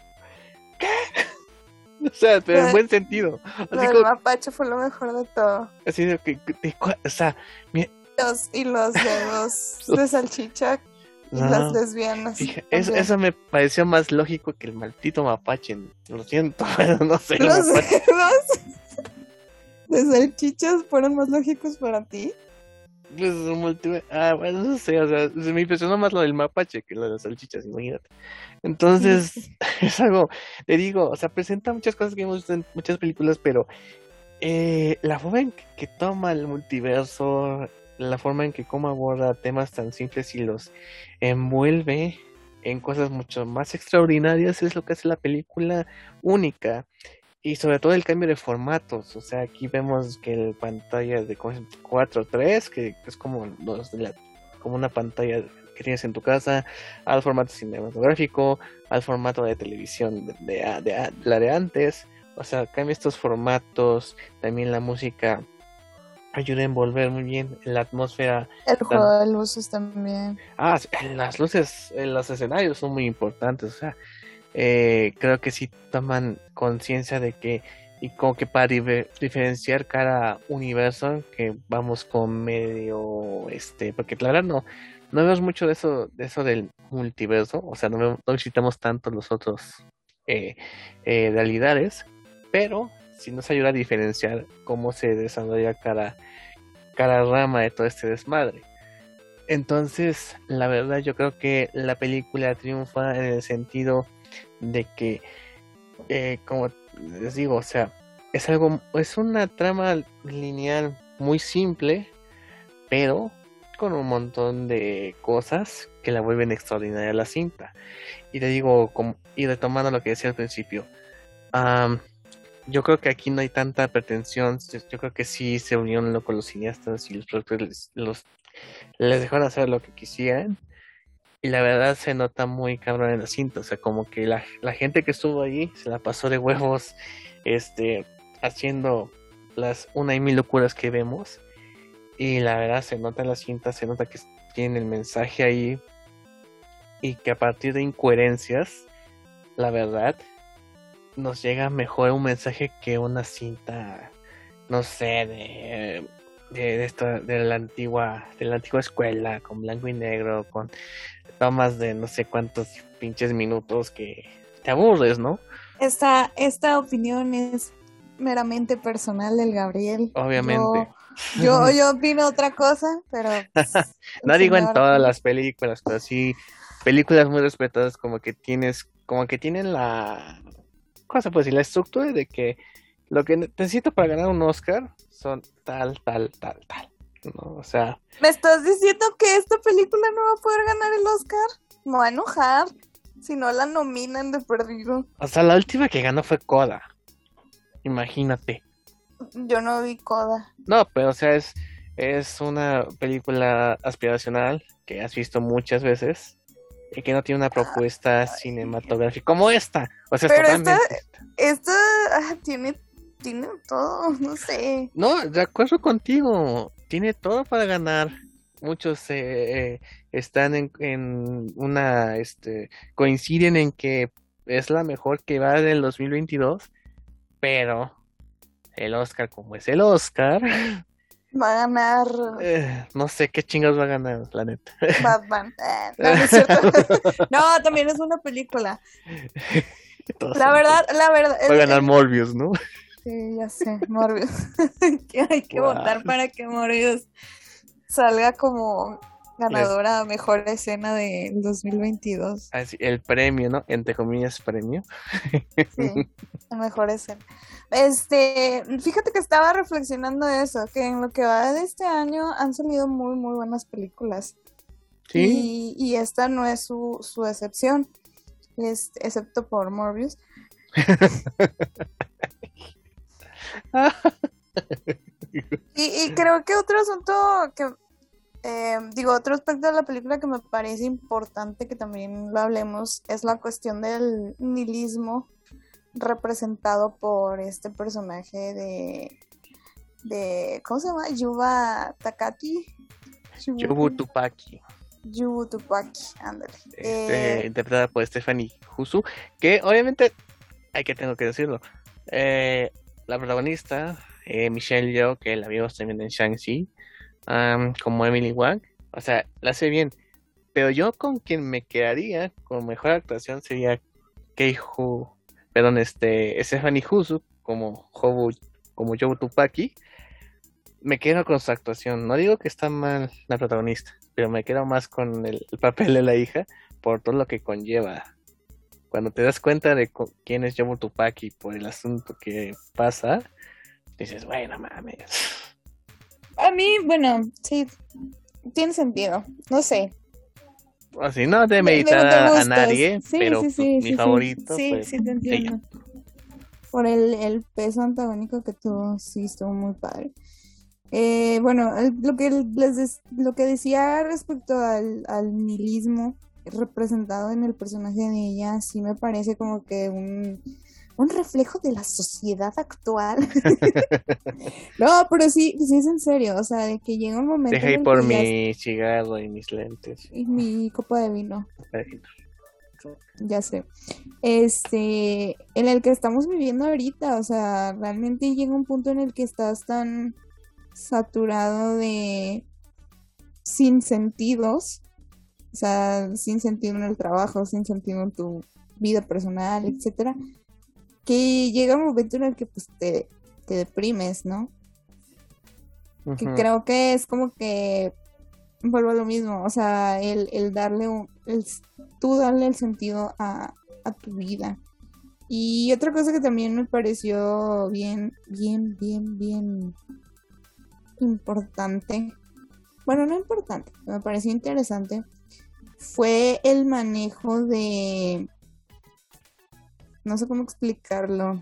O sea, pero en buen sentido. Lo Así del como, mapache fue lo mejor de todo. así de que, o sea, mira, Y los dedos de salchicha y no. las lesbianas. también. Eso me pareció más lógico que el maldito mapache. Lo siento, pero no sé. El Los mapache. dedos de salchichas fueron más lógicos para ti. Pues, bueno, no sé, o sea, se me impresionó más lo del mapache que lo de las salchichas, imagínate. Entonces, es algo, te digo, o sea, presenta muchas cosas que hemos visto en muchas películas, pero la forma en que toma el multiverso, la forma en que cómo aborda temas tan simples y los envuelve en cosas mucho más extraordinarias es lo que hace la película única. Y sobre todo el cambio de formatos, o sea, aquí vemos que el pantalla de 4:3, que es como como una pantalla que tienes en tu casa, al formato cinematográfico, al formato de televisión de la de antes. O sea, cambia estos formatos, también la música ayuda a envolver muy bien la atmósfera. El juego de luces también. Sí, las luces en los escenarios son muy importantes, o sea, creo que sí toman conciencia de que, y como que para diferenciar cada universo, que vamos con medio, porque la verdad no vemos mucho de eso del multiverso, o sea, no visitamos tanto los otros realidades, pero sí nos ayuda a diferenciar cómo se desarrolla cada rama de todo este desmadre. Entonces, la verdad, yo creo que la película triunfa en el sentido de que, como les digo, o sea, es una trama lineal muy simple, pero con un montón de cosas que la vuelven extraordinaria la cinta. Y te digo, y retomando lo que decía al principio, yo creo que aquí no hay tanta pretensión. Yo creo que sí se unieron con los cineastas y los productores les dejaron hacer lo que quisieran. Y la verdad se nota muy cabrón en la cinta. O sea, como que la gente que estuvo ahí se la pasó de huevos haciendo las 1,000 locuras que vemos. Y la verdad se nota en la cinta, se nota que tienen el mensaje ahí. Y que a partir de incoherencias, la verdad, nos llega mejor un mensaje que una cinta, no sé, de la antigua escuela, con blanco y negro, con tomas de no sé cuántos pinches minutos que te aburres, ¿no? Esta opinión es meramente personal del Gabriel. Obviamente. Yo opino otra cosa, pero pues, no digo en señor- todas las películas, pero sí películas muy respetadas como que tienen la, ¿cómo se puede decir? La estructura de que lo que necesito para ganar un Oscar son tal, ¿no? O sea, ¿Me estás diciendo que esta película no va a poder ganar el Oscar? Me va a enojar si no la nominan de perdido. la última que ganó fue Coda. Imagínate. Yo no vi Coda. No, pero o sea, es una película aspiracional que has visto muchas veces y que no tiene una propuesta cinematográfica como esta. O sea, es Pero totalmente. esta tiene todo, no sé. No, de acuerdo contigo. Tiene todo para ganar. Muchos están en una, coinciden en que es la mejor que va del 2022, pero el Oscar, como es el Oscar, Va a ganar No sé qué chingados va a ganar, la neta. Batman. No, no es cierto. No, también es una película. Todos La son- verdad, Va a ganar Morbius, ¿no? sí, ya sé, Morbius. Que hay que Guau. votar para que Morbius salga como ganadora a mejor escena del 2022. Así, el premio, ¿no? Entre comillas, premio. Sí, la mejor escena. Fíjate que estaba reflexionando de eso, que en lo que va de este año han salido muy, muy buenas películas. Sí. Y esta no es su excepción, excepto por Morbius. Y creo que otro asunto que, otro aspecto de la película que me parece importante que también lo hablemos es la cuestión del nihilismo representado por este personaje de ¿cómo se llama? Yuba Takaki. Yobu Tupaki, Yubu Tupaki, ándale. interpretada por Stephanie Husu, que obviamente, tengo que decirlo, la protagonista, Michelle Yeoh, que la vimos también en Shang-Chi, como Emily Wang, o sea, la hace bien, pero yo con quien me quedaría con mejor actuación sería Stephanie Husu como Yobu Tupaki. Me quedo con su actuación. No digo que está mal la protagonista, pero me quedo más con el papel de la hija por todo lo que conlleva. Cuando te das cuenta de quién es Yobu Tupaki por el asunto que pasa, dices, bueno, mames. A mí, bueno, sí, tiene sentido. No sé. Así, no de De meditar a gustos. nadie, Sí, pero sí, pues, sí, mi sí, favorito sí, fue sí, te entiendo. ella. Por el peso antagónico que tuvo, sí, estuvo muy padre. Bueno, lo que decía respecto al nihilismo representado en el personaje de ella, sí me parece como que un reflejo de la sociedad actual. No, pero sí, sí es en serio, o sea, de que llega un momento Deja en ahí el por que ya mi cigarro y mis lentes. y mi copa de vino. Ya sé. En el que estamos viviendo ahorita, o sea, realmente llega un punto en el que estás tan saturado de sin sentidos, o sea, sin sentido en el trabajo, sin sentido en tu vida personal, etcétera, que llega un momento en el que pues te deprimes, ¿no? Que Ujú. creo que es como que vuelvo a lo mismo, o sea, el darle tú darle el sentido a tu vida. Y otra cosa que también me pareció bien importante, bueno, no importante, me pareció interesante, fue el manejo no sé cómo explicarlo,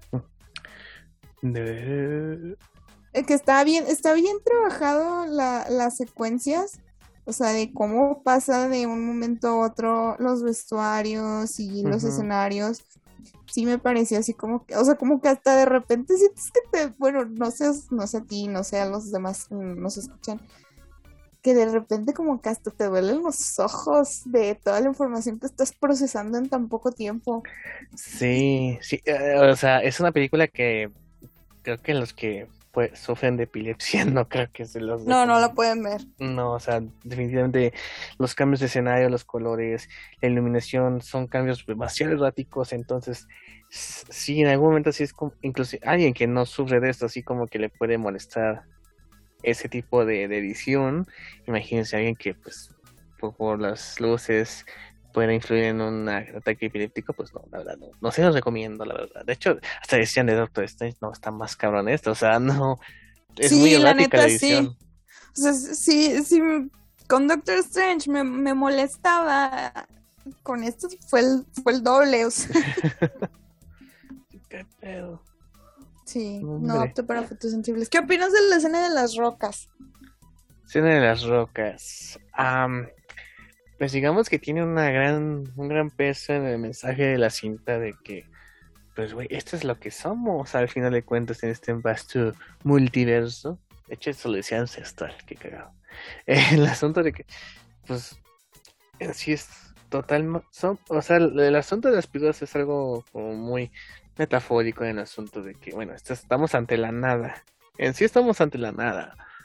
que está bien trabajado las secuencias, o sea, de cómo pasa de un momento a otro los vestuarios y los Ujú. escenarios. Sí me pareció así como que, o sea, como que hasta de repente sientes que bueno, no sé a ti, no sé a los demás que nos escuchan, que de repente como que hasta te duelen los ojos de toda la información que estás procesando en tan poco tiempo. Sí, sí, o sea, es una película que creo que los que sufren de epilepsia no creo que se los No, no dejen. la pueden ver. No, o sea, definitivamente los cambios de escenario, los colores, la iluminación son cambios demasiado erráticos, entonces sí, en algún momento sí es como, incluso alguien que no sufre de esto, así como que le puede molestar ese tipo de edición. Imagínense a alguien que pues por las luces puede influir en un ataque epiléptico, pues no, la verdad no se los recomiendo, la verdad. De hecho, hasta decían de Doctor Strange, no, está más cabrón esto, o sea, no, es muy Sí, la errática la neta sí. edición. O sea, sí, con Doctor Strange me molestaba. Con esto fue el doble. O sea, ¿Qué pedo? sí, no Hombre. apto para fotosensibles. ¿Qué opinas de la escena de las rocas? Escena de las rocas. Pues digamos que tiene un gran peso en el mensaje de la cinta de que, pues güey, esto es lo que somos al final de cuentas en este vasto multiverso. De hecho, eso lo decía Ancestral, qué cagado. El asunto de que, pues, en sí es total, o sea, el asunto de las piedras es algo como muy metafórico en el asunto de que, bueno, estamos ante la nada. En sí estamos ante la nada.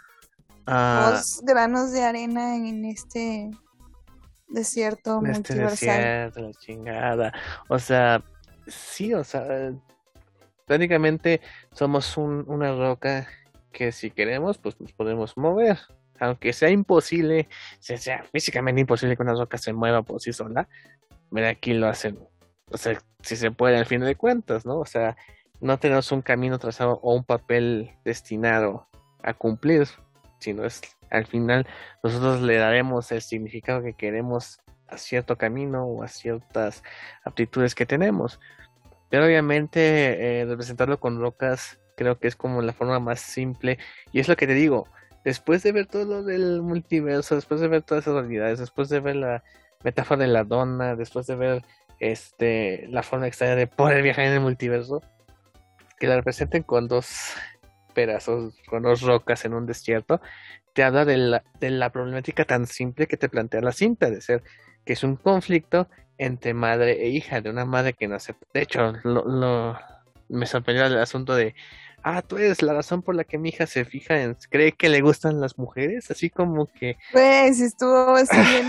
Ah, 2 granos de arena en este desierto este multiversal. desierto, la chingada. O sea, sí, o sea, prácticamente somos una roca que si queremos, pues nos podemos mover. Aunque sea imposible, sea físicamente imposible que una roca se mueva por sí sola, mira, aquí lo hacen. O sea, si se puede al fin de cuentas, ¿no? O sea, no tenemos un camino trazado o un papel destinado a cumplir, sino es al final nosotros le daremos el significado que queremos a cierto camino o a ciertas aptitudes que tenemos. Pero obviamente representarlo con rocas creo que es como la forma más simple. Y es lo que te digo, después de ver todo lo del multiverso, después de ver todas esas realidades, después de ver la metáfora de la dona, después de ver la forma extraña de poder viajar en el multiverso, que la representen con dos pedazos, con dos rocas en un desierto, te habla de la problemática tan simple que te plantea la cinta, de ser que es un conflicto entre madre e hija, de una madre que no acepta. De hecho, me sorprendió el asunto de, tú eres la razón por la que mi hija se fija en, cree que le gustan las mujeres, así como que, Pues estuvo así bien.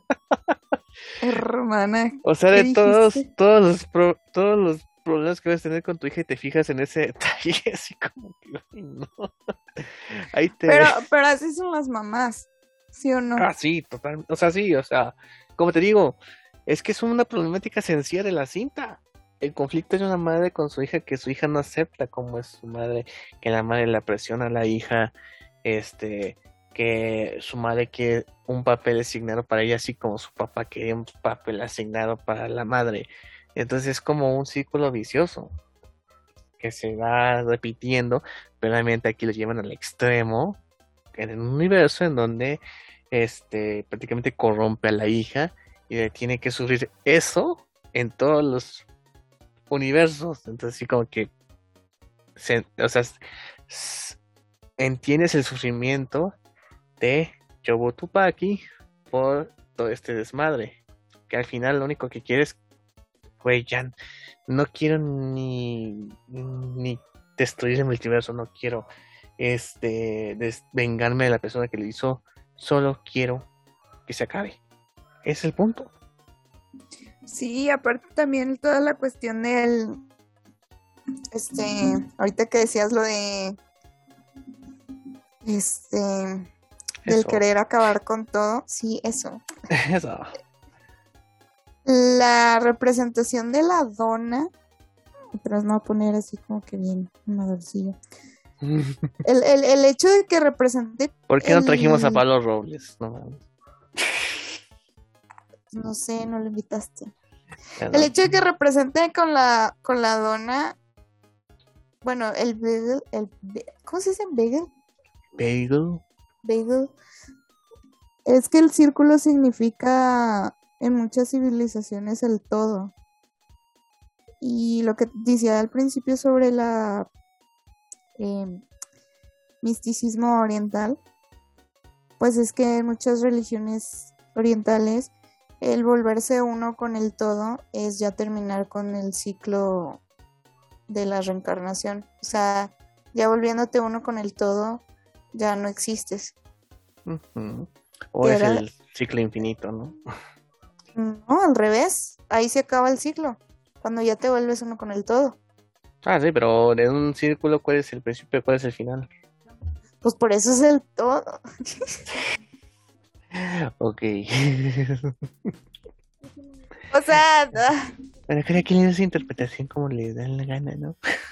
Hermana, o sea, ¿qué de todos, dijiste? todos los problemas que vas a tener con tu hija y te fijas en ese detalle, así como que, "Ay, no". Ahí te Pero así son las mamás, ¿sí o no? sí, totalmente, o sea, sí, o sea, como te digo, es que es una problemática sencilla de la cinta. El conflicto de una madre con su hija que su hija no acepta como es su madre, que la madre la presiona a la hija, que su madre quiere un papel asignado para ella, así como su papá quería un papel asignado para la madre. Entonces es como un círculo vicioso que se va repitiendo, pero obviamente aquí lo llevan al extremo, en un universo en donde prácticamente corrompe a la hija y le tiene que sufrir eso en todos los universos. Entonces sí como que o sea, entiendes el sufrimiento de Yobo Tupaki por todo este desmadre, que al final lo único que quieres, güey, ya no quiero ni destruir el multiverso, no quiero vengarme de la persona que lo hizo, solo quiero que se acabe. Ese es el punto. Sí, aparte también toda la cuestión del, ahorita que decías lo de, del Eso. querer acabar con todo, sí, eso. Eso. La representación de la dona, pero me voy a poner así como que bien mamadorcillo. El hecho de que represente, ¿Por qué no trajimos a Pablo Robles? No mames. no sé, no lo invitaste. Ya El no. hecho de que represente con la dona, bueno, el bagel, ¿cómo se dice? Bagel. Bagel. Es que el círculo significa en muchas civilizaciones el todo. Y lo que decía al principio sobre la misticismo oriental, pues es que en muchas religiones orientales el volverse uno con el todo es ya terminar con el ciclo de la reencarnación. O sea, ya volviéndote uno con el todo, ya no existes. Uh-huh. O Que es era- el ciclo infinito, ¿no? No, al revés. Ahí se acaba el ciclo. Cuando ya te vuelves uno con el todo. Sí, pero en un círculo, ¿cuál es el principio y cuál es el final? Pues por eso es el todo. Ok. O sea, Bueno, cada quien le da su interpretación como le da la gana, ¿no?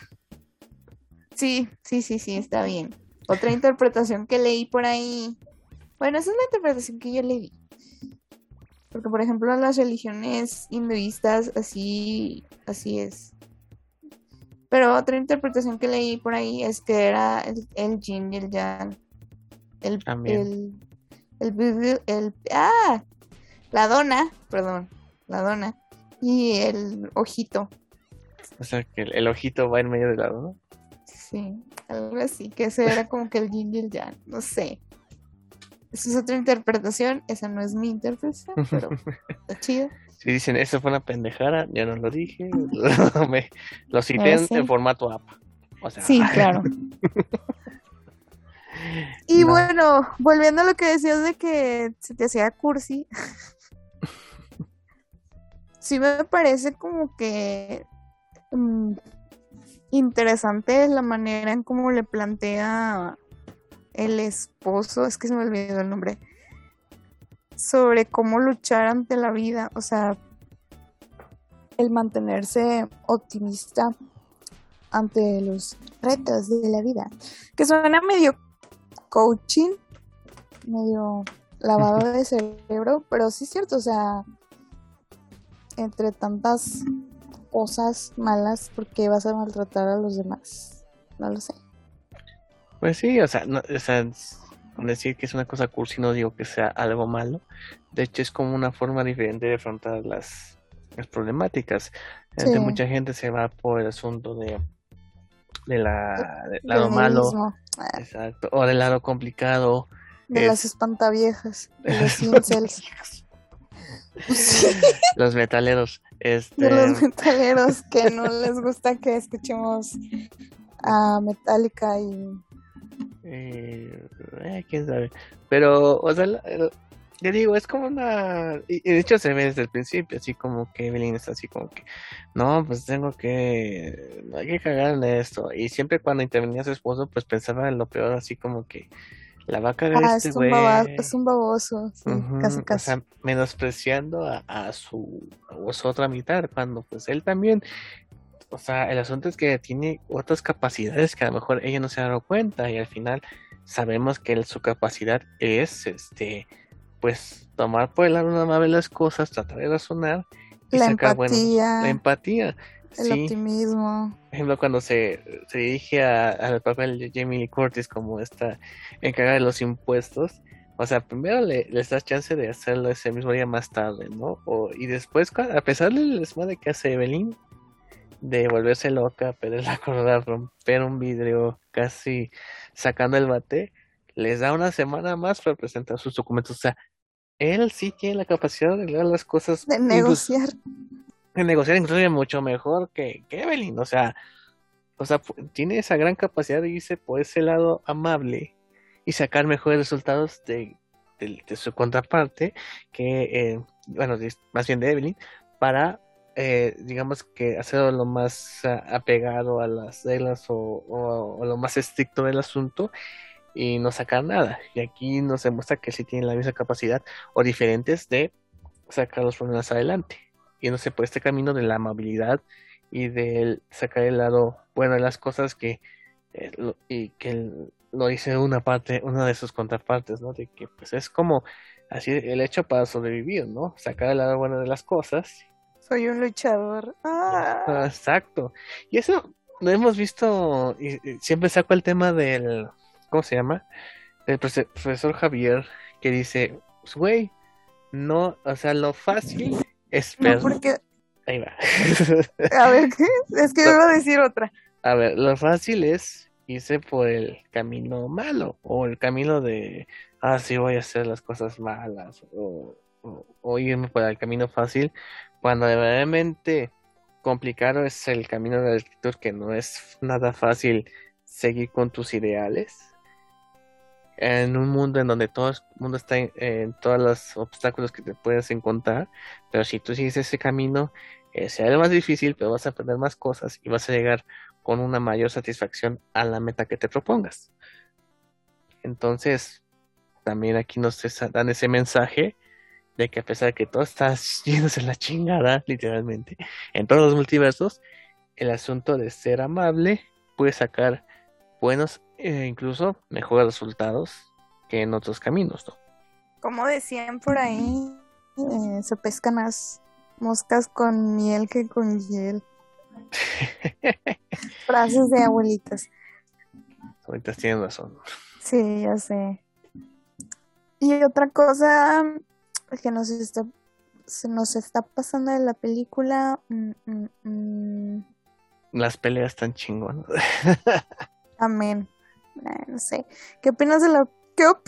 sí, está bien. Otra interpretación que leí por ahí. Bueno, esa es la interpretación que yo leí. Porque, por ejemplo, en las religiones hinduistas así es. Pero otra interpretación que leí por ahí es que era el yin y el yang. También. La dona, perdón, la dona. Y el ojito. O sea, que el ojito va en medio del lado, ¿no? Sí, algo así, que ese era como que el yin y el yang, no sé. Esa es otra interpretación, esa no es mi interpretación, pero está chido. Si dicen, eso fue una pendejada, yo no lo dije, lo cité Ahora sí. en formato app. O sea, Sí, claro. Y No, bueno, volviendo a lo que decías de que se te hacía cursi, sí me parece como que interesante la manera en cómo le plantea el esposo, es que se me olvidó el nombre, sobre cómo luchar ante la vida, o sea, el mantenerse optimista ante los retos de la vida, que suena medio coaching, medio lavado de cerebro, pero sí es cierto, o sea, entre tantas cosas malas, ¿por qué vas a maltratar a los demás? No lo sé. pues sí, o sea, no, o sea, con decir que es una cosa cursi no digo que sea algo malo. De hecho, es como una forma diferente de afrontar las problemáticas. Sí, Ante mucha gente se va por el asunto del lado del malo, nihilismo, exacto, o del lado complicado, de las es espantaviejas, de los incels, sí, los metaleros, de los metaleros que no les gusta que escuchemos a Metallica y quién sabe. Pero, o sea, te digo, es como y de hecho se ve desde el principio, así como que Evelyn está así como que, no, pues no hay que cagar en esto. Y siempre cuando intervenía su esposo, pues pensaba en lo peor, así como que la va a cagar este es güey. un baboso, sí, casi Ujú, o casi. sea, menospreciando a su otra mitad, cuando pues él también, o sea, el asunto es que tiene otras capacidades que a lo mejor ella no se ha dado cuenta y al final sabemos que su capacidad es, pues, tomar por el lado amable las cosas, tratar de razonar y La sacar, bueno, la empatía, empatía, el sí. optimismo, Por ejemplo, cuando se dirige al papel de Jamie Lee Curtis como esta encargada de los impuestos, o sea, primero les das chance de hacerlo ese mismo día más tarde, ¿no? Y después, a pesar del desmadre que hace Evelyn, de volverse loca, perder la cordura, romper un vidrio, casi sacando el bate, les da una semana más para presentar sus documentos. O sea, él sí tiene la capacidad de arreglar las cosas, de incluso negociar. de negociar incluso mucho mejor que Evelyn. O sea, tiene esa gran capacidad de irse por ese lado amable y sacar mejores resultados de su contraparte, bueno, más bien de Evelyn, para, digamos que hacerlo lo más apegado a las reglas o lo más estricto del asunto y no sacar nada. Y aquí nos demuestra que sí tienen la misma capacidad o diferentes de sacar los problemas adelante. Y no sé, por este camino de la amabilidad y de sacar el lado bueno de las cosas y que lo dice una de sus contrapartes, ¿no? De que pues es como así el hecho para sobrevivir, ¿no? Sacar el lado bueno de las cosas. Soy un luchador. Exacto. Y eso lo hemos visto y siempre saco el tema ¿cómo se llama? El profesor Javier que dice, pues, güey, no, o sea, lo fácil es No, porque, Ahí va. a ver, ¿qué? Es que iba a decir otra. A ver, lo fácil es irse por el camino malo o el camino de, sí, voy a hacer las cosas malas o irme por el camino fácil, cuando realmente complicado es el camino de la escritura, que no es nada fácil seguir con tus ideales. En un mundo en donde todo el mundo está en todos los obstáculos que te puedes encontrar, pero si tú sigues ese camino, será más difícil, pero vas a aprender más cosas y vas a llegar con una mayor satisfacción a la meta que te propongas. Entonces, también aquí nos dan ese mensaje de que a pesar de que todo está yéndose en la chingada, literalmente, en todos los multiversos, el asunto de ser amable puede sacar buenos, incluso mejores resultados que en otros caminos, ¿no? Como decían por ahí, se pescan las moscas con miel que con hiel. Frases de abuelitas. Ahorita tienen razón. Sí, ya sé. Y otra cosa que se nos está pasando de la película. Las peleas están chingonas. Amén. No sé. ¿Qué opinas de la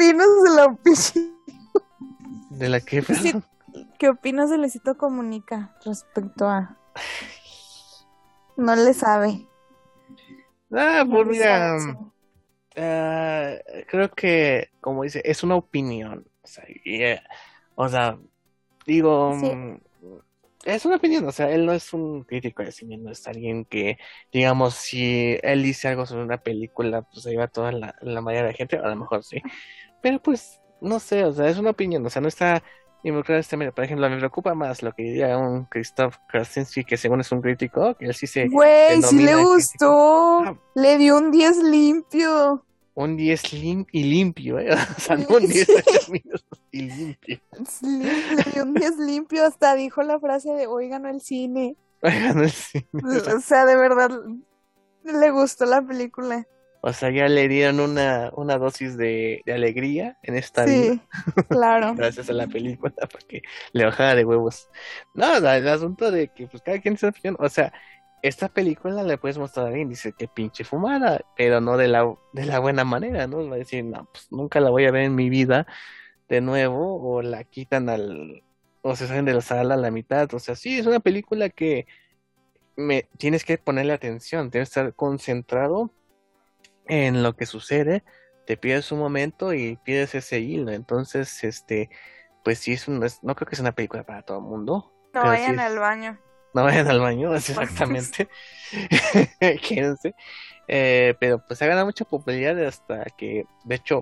¿De la que? Sí, ¿qué opinas de Luisito Comunica respecto a no le sabe? Pues No le mira, sabe, sí. creo que, como dice, es una opinión. O sea, digo, Sí. es una opinión. O sea, él no es un crítico de cine, no es alguien que, digamos, si él dice algo sobre una película, pues ahí va toda la mayoría de la gente, a lo mejor sí. Pero pues, no sé, o sea, es una opinión, o sea, no está involucrado este medio. Por ejemplo, me preocupa más lo que diría un Krzysztof Krasinski, que según es un crítico, que él sí se Güey, sí le denomina crítico. gustó. Ah, Le dio un 10 limpio. un 10 y limpio, ¿eh? O sea, no un 10 Sí, y limpio. le dio un 10 limpio. Hasta dijo la frase de hoy ganó el cine. Oigan, sí, O sea, de verdad, le gustó la película. o sea, ya le dieron una dosis de alegría en esta vida, Sí, claro. gracias a la película, porque le bajaba de huevos. No, o sea, el asunto de que pues cada quien tiene su opinión, o sea, esta película le puedes mostrar a alguien, dice que pinche fumada, pero no de la buena manera, ¿no? Va a decir, no, pues nunca la voy a ver en mi vida de nuevo, o la quitan o se salen de la sala a la mitad, o sea, sí, es una película que tienes que ponerle atención, tienes que estar concentrado en lo que sucede, te pierdes un momento y pierdes ese hilo. Entonces, pues sí, no creo que sea una película para todo el mundo, No pero sí vayan al baño. no vayan al baño, es exactamente. Quédense. Pero pues ha ganado mucha popularidad hasta que, de hecho,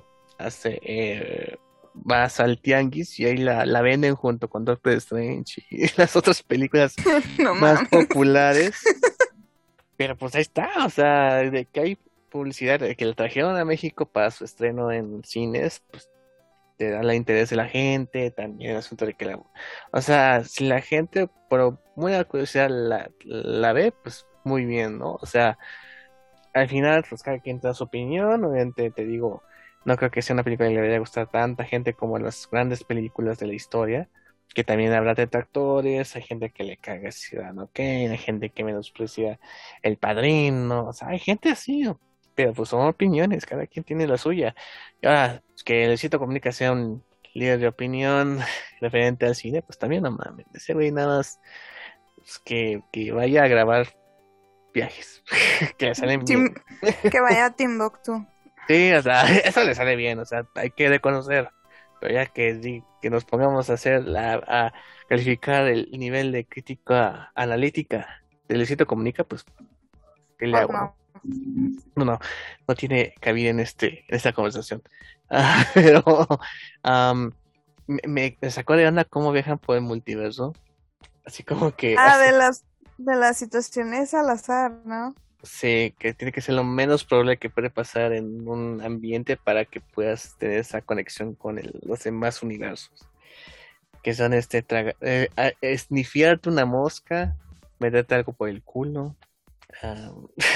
vas al tianguis y ahí la venden junto con Doctor Strange y las otras películas No más mames. populares. Pero pues ahí está, o sea, de que hay publicidad, de que la trajeron a México para su estreno en cines, pues te da la interés de la gente, también el asunto de que o sea, si la gente por buena curiosidad la ve, pues muy bien, ¿no? O sea, al final, pues cada quien da su opinión, obviamente te digo, no creo que sea una película que le vaya a gustar a tanta gente como las grandes películas de la historia, que también habrá detractores, hay gente que le caga Ciudadano Kane, hay gente que menosprecia El Padrino, o sea, hay gente así, ¿no? Pero pues son opiniones, cada quien tiene la suya. Y ahora, que Luisito Comunica sea un líder de opinión referente al cine, pues también no mames, ese güey nada más pues, que vaya a grabar viajes, que le salen bien. Que vaya a Timbuktu. Sí, o sea, eso le sale bien, o sea, hay que reconocer. Pero ya que nos pongamos a a calificar el nivel de crítica analítica de Luisito Comunica, pues, ¿qué le Pues hago, no? no. No tiene cabida en esta conversación. Pero am, me sacó de onda cómo viajan por el multiverso. Así como que Ah, de las situaciones al azar, ¿no? sí, que tiene que ser lo menos probable que puede pasar en un ambiente para que puedas tener esa conexión con los demás universos. Que son esnifiarte una mosca, meterte algo por el culo. ah,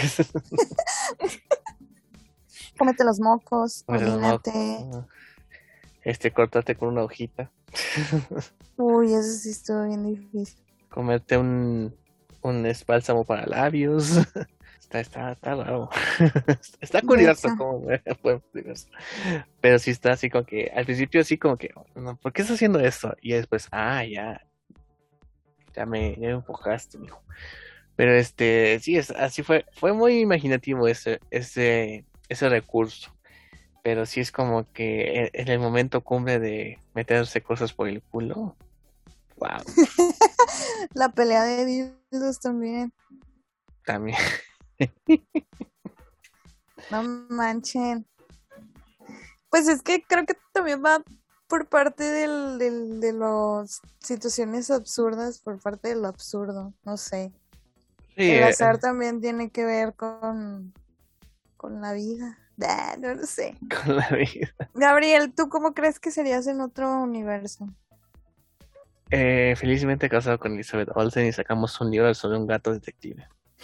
Cómete los mocos, Bueno, no, orínate. cortarte con una hojita, Uy, eso sí estuvo bien difícil. comerte un bálsamo para labios. Está raro. Está De curioso hecho. como pero sí está así como que al principio así como que no, ¿por qué estás haciendo esto? Y después, ya me empujaste, mijo. Pero sí, así fue muy imaginativo ese recurso. Pero sí es como que en el momento cumbre de meterse cosas por el culo. Wow, La pelea de dildos también. también. No manchen. Pues es que creo que también va por parte de las situaciones absurdas, por parte de lo absurdo, no sé. Sí, El azar también tiene que ver con la vida. No lo sé. con la vida. Gabriel, ¿tú cómo crees que serías en otro universo? Felizmente casado con Elizabeth Olsen y sacamos un libro sobre un gato detective.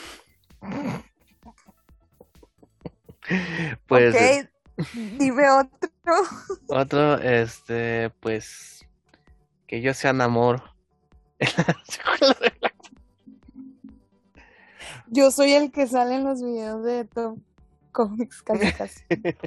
Pues Ok, dime otro. otro, pues que yo sea Namor. Yo soy el que sale en los videos de Top Comics casi casi.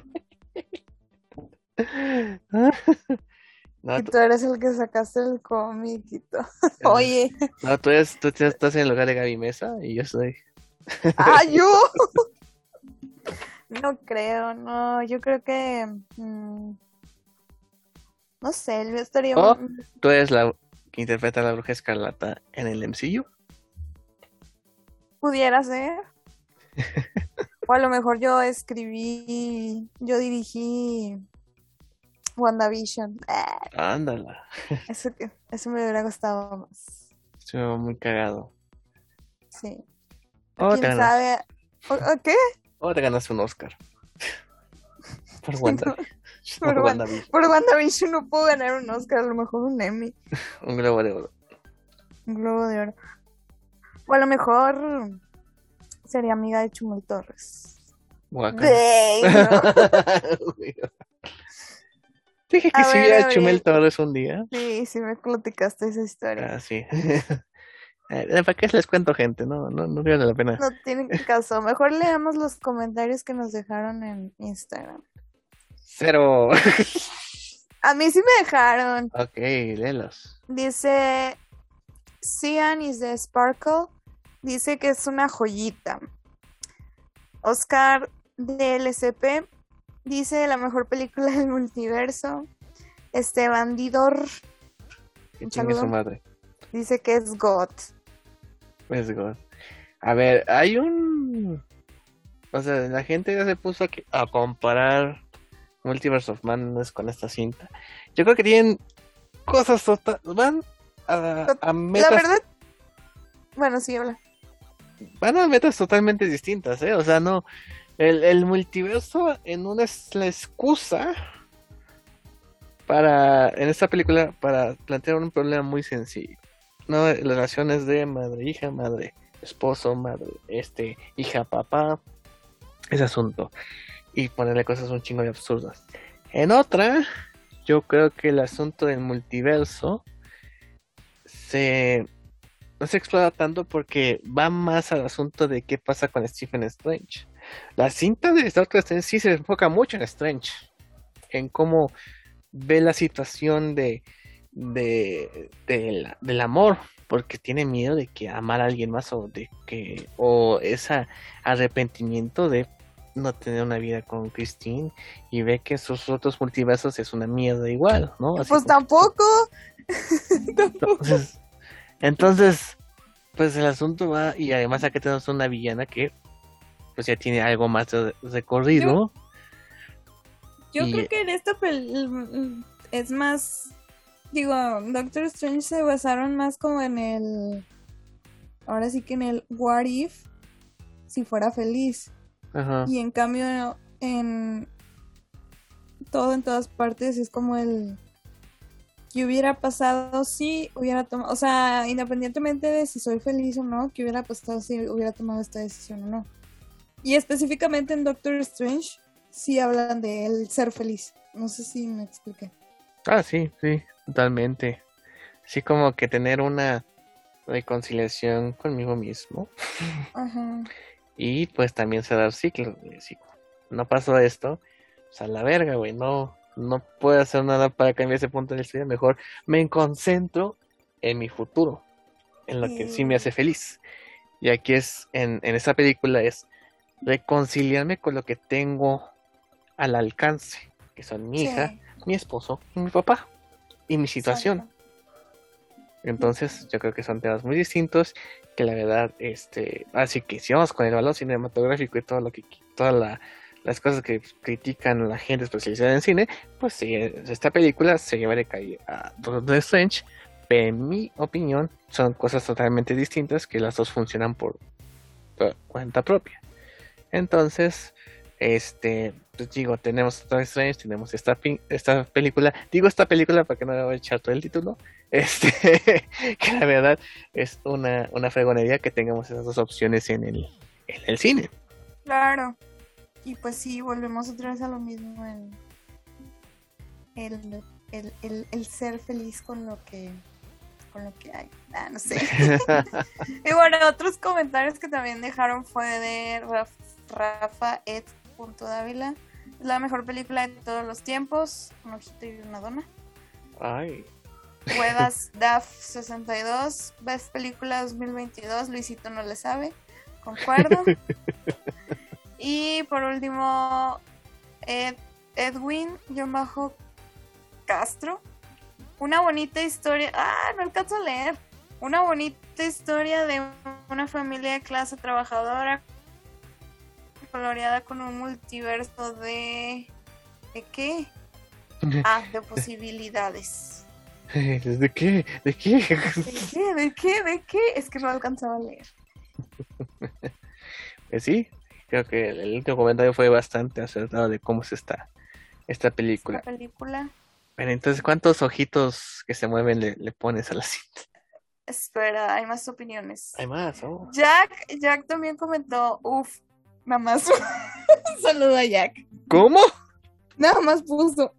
No, Y tú eres el que sacaste el cómic y todo. Oye, no, tú estás en el lugar de Gaby Mesa y yo soy. yo. No creo, no. Yo creo que. No sé, el mío estaría. O tú eres la que interpreta a la Bruja Escarlata en el MCU. Pudiera ser. O a lo mejor yo dirigí WandaVision. Ándala. Eso me hubiera gustado más. Estuvo muy cagado. Sí. O te ¿Quién ganas, sabe? ¿O qué? o te ganas un Oscar. Por WandaVision. Por Por Wan- WandaVision. Por WandaVision no puedo ganar un Oscar, a lo mejor un Emmy, Un Globo de Oro. un Globo de Oro. O a lo mejor sería amiga de Chumel Torres. Guácala. Dey, ¿no? Dije que A sí ver, a Gabriel. Chumel Torres un día. Sí, me platicaste esa historia. Ah, sí. ¿Para qué les cuento, gente? No vale la pena. No tiene caso. Mejor leamos los comentarios que nos dejaron en Instagram. 0. A mí sí me dejaron. Ok, léelos. Dice Cian is the Sparkle. Dice que es una joyita. Oscar DLCP dice la mejor película del multiverso. Esteban Didor Que Un chingue su saludo. madre. dice que es God. Pues, God. A ver, hay un... O sea, la gente ya se puso a comparar Multiverse of Madness con esta cinta. Yo creo que tienen cosas van a La metas, verdad, bueno, sí, habla. van a metas totalmente distintas, ¿eh? O sea, no, el multiverso en una es la excusa en esta película, para plantear un problema muy sencillo, ¿no? Relaciones de madre-hija, madre-esposo, hija-papá, ese asunto. Y ponerle cosas un chingo de absurdas. En otra, yo creo que el asunto del multiverso no se explora tanto porque va más al asunto de qué pasa con Stephen Strange. La cinta de Doctor Strange sí se enfoca mucho en Strange, en cómo ve la situación del amor, porque tiene miedo de que amar a alguien más, o ese arrepentimiento de no tener una vida con Christine, y ve que sus otros multiversos es una mierda igual, ¿no? Así Pues como- tampoco. entonces, pues el asunto va, y además aquí tenemos una villana que pues ya tiene algo más de recorrido. Yo Y- creo que en esta es más, digo, Doctor Strange se basaron más como ahora sí que en el what if, si fuera feliz. Ajá. Y en cambio en todas partes es como el que hubiera pasado si hubiera tomado, o sea, independientemente de si soy feliz o no, que hubiera pasado si hubiera tomado esta decisión o no. Y específicamente en Doctor Strange sí hablan de el ser feliz. No sé si me expliqué. Ah, sí, totalmente. Sí, como que tener una reconciliación conmigo mismo. Ajá. Y pues también cerrar ciclos. De decir, no pasó esto, pues a la verga, güey. No puedo hacer nada para cambiar ese punto de la historia. Mejor me concentro en mi futuro, en lo que sí me hace feliz. Y aquí en esta película es reconciliarme con lo que tengo al alcance, que son mi hija, mi esposo y mi papá, y mi situación. Exacto. Entonces, yo creo que son temas muy distintos, que la verdad, así que si vamos con el valor cinematográfico y todas las cosas que critican la gente especializada en cine, pues sí, esta película se lleva de calle a Doctor Strange, pero en mi opinión son cosas totalmente distintas, que las dos funcionan por cuenta propia. Entonces, pues digo, tenemos Doctor Strange, tenemos esta película, digo esta película para que no me vaya a echar todo el título, que la verdad es una fregonería que tengamos esas dos opciones en el cine. Claro. Y pues sí, volvemos otra vez a lo mismo, el ser feliz con lo que hay. No sé. Y bueno, otros comentarios que también dejaron fue de Rafa Ed.Dávila. Es la mejor película de todos los tiempos. Un ojito y una dona. Ay, Huevas DAF62. Best película 2022. Luisito no le sabe. Concuerdo. Y por último, Edwin-Castro. Una bonita historia. No alcanzo a leer. Una bonita historia de una familia de clase trabajadora coloreada con un multiverso ¿de qué? De posibilidades. ¿De qué? ¿De qué? ¿De qué? Es que no alcanzaba a leer. Pues sí, creo que el último comentario fue bastante acertado de cómo es esta película. La película. Bueno, entonces, ¿cuántos ojitos que se mueven le pones a la cinta? Espera, hay más opiniones. Hay más, ¿no? Jack también comentó, nada más. Un saludo a Jack. ¿Cómo? Nada más puso,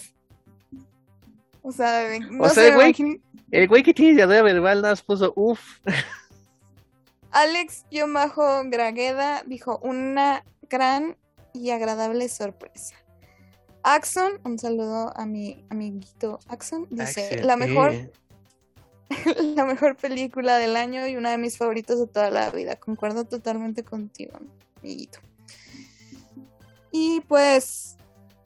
O sea, el güey que tiene diarrea verbal nada más puso Alex-Gragueda dijo, una gran y agradable sorpresa. Axon, un saludo a mi amiguito Axon, dice, Axel, la mejor película del año y una de mis favoritos de toda la vida. Concuerdo totalmente contigo, amiguito. Y pues,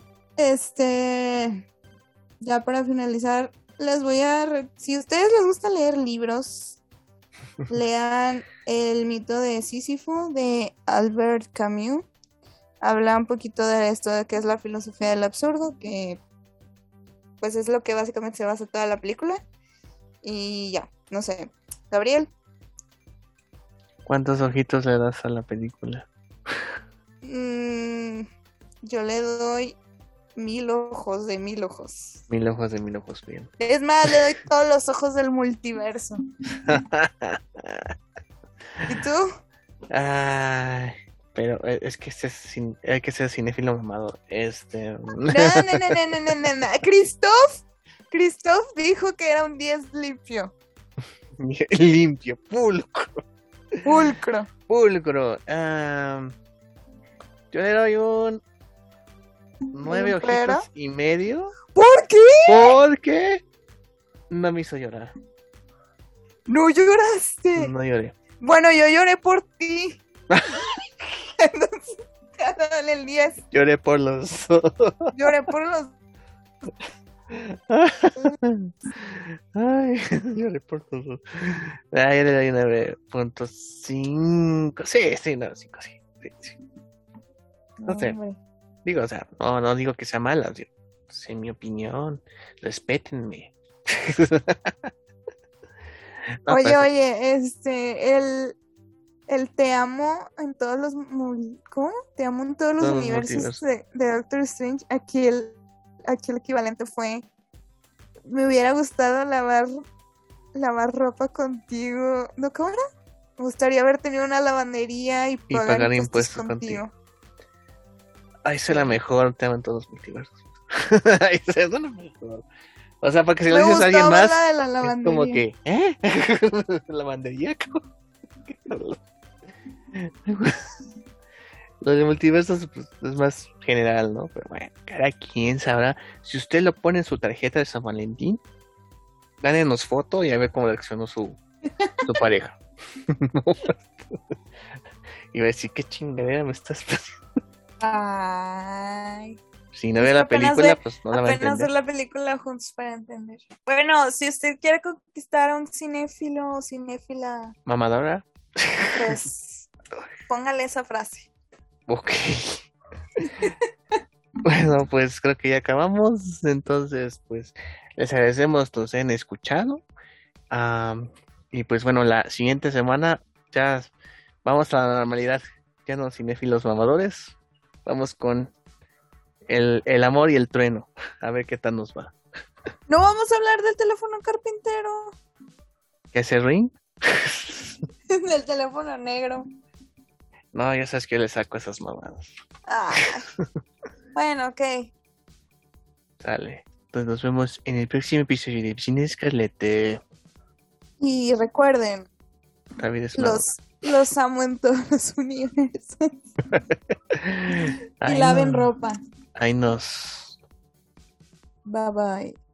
ya para finalizar, les voy si a ustedes les gusta leer libros, lean El mito de Sísifo de Albert Camus. Habla un poquito de esto de qué es la filosofía del absurdo, que pues es lo que básicamente se basa toda la película. Y ya, no sé. Gabriel. ¿Cuántos ojitos le das a la película? Yo le doy 1000 ojos de 1000 ojos. 1000 ojos de 1000 ojos, bien. Es más, le doy todos los ojos del multiverso. ¿Y tú? Ay, pero es que hay que ser cinéfilo mamador. No. Christoph dijo que era un 10 limpio. Limpio, pulcro. Yo le doy un 9 ojitos y medio. ¿Por qué? Porque no me hizo llorar. No lloraste. No lloré. Bueno, yo lloré por ti. Entonces, dale el 10. Lloré por los. Lloré por los. Ay, lloré por los. Yo le doy 9.5. Sí, no, 5, sí. No sé. Digo, o sea, no digo que sea mala. Es mi opinión. Respétenme. No, oye, el te amo en todos los ¿cómo? Te amo en todos los universos de Doctor Strange. Aquí el equivalente fue me hubiera gustado lavar ropa contigo. ¿No, cómo era? Me gustaría haber tenido una lavandería y pagar impuestos contigo. Ahí es la mejor, te amo en todos los multiversos. Ahí es la mejor. O sea, para que se lo dices a alguien más, es como que, ¿lavandería? Lo de multiversos pues, es más general, ¿no? Pero bueno, cada quien sabrá. Si usted lo pone en su tarjeta de San Valentín, gánenos foto y a ver cómo reaccionó su pareja. Y va a decir, ¿qué chingadera me estás pasando? Ay. Si no ve la película, pues no la va a entender. Apenas ver la película juntos para entender. Bueno, si usted quiere conquistar a un cinéfilo o cinéfila mamadora, pues póngale esa frase. Ok. Bueno, pues creo que ya acabamos. Entonces, pues les agradecemos que nos hayan escuchado. Y pues bueno, la siguiente semana ya vamos a la normalidad. Ya no cinéfilos mamadores. Vamos con el amor y el trueno. A ver qué tal nos va. No vamos a hablar del teléfono carpintero. ¿Qué hace Ring? Del teléfono negro. No, ya sabes que yo le saco esas mamadas. Bueno, ok. Dale. Pues nos vemos en el próximo episodio de Cine Escarlata. Y recuerden, los amo en todos los universos. Y laven ropa. Ahí nos. Bye bye.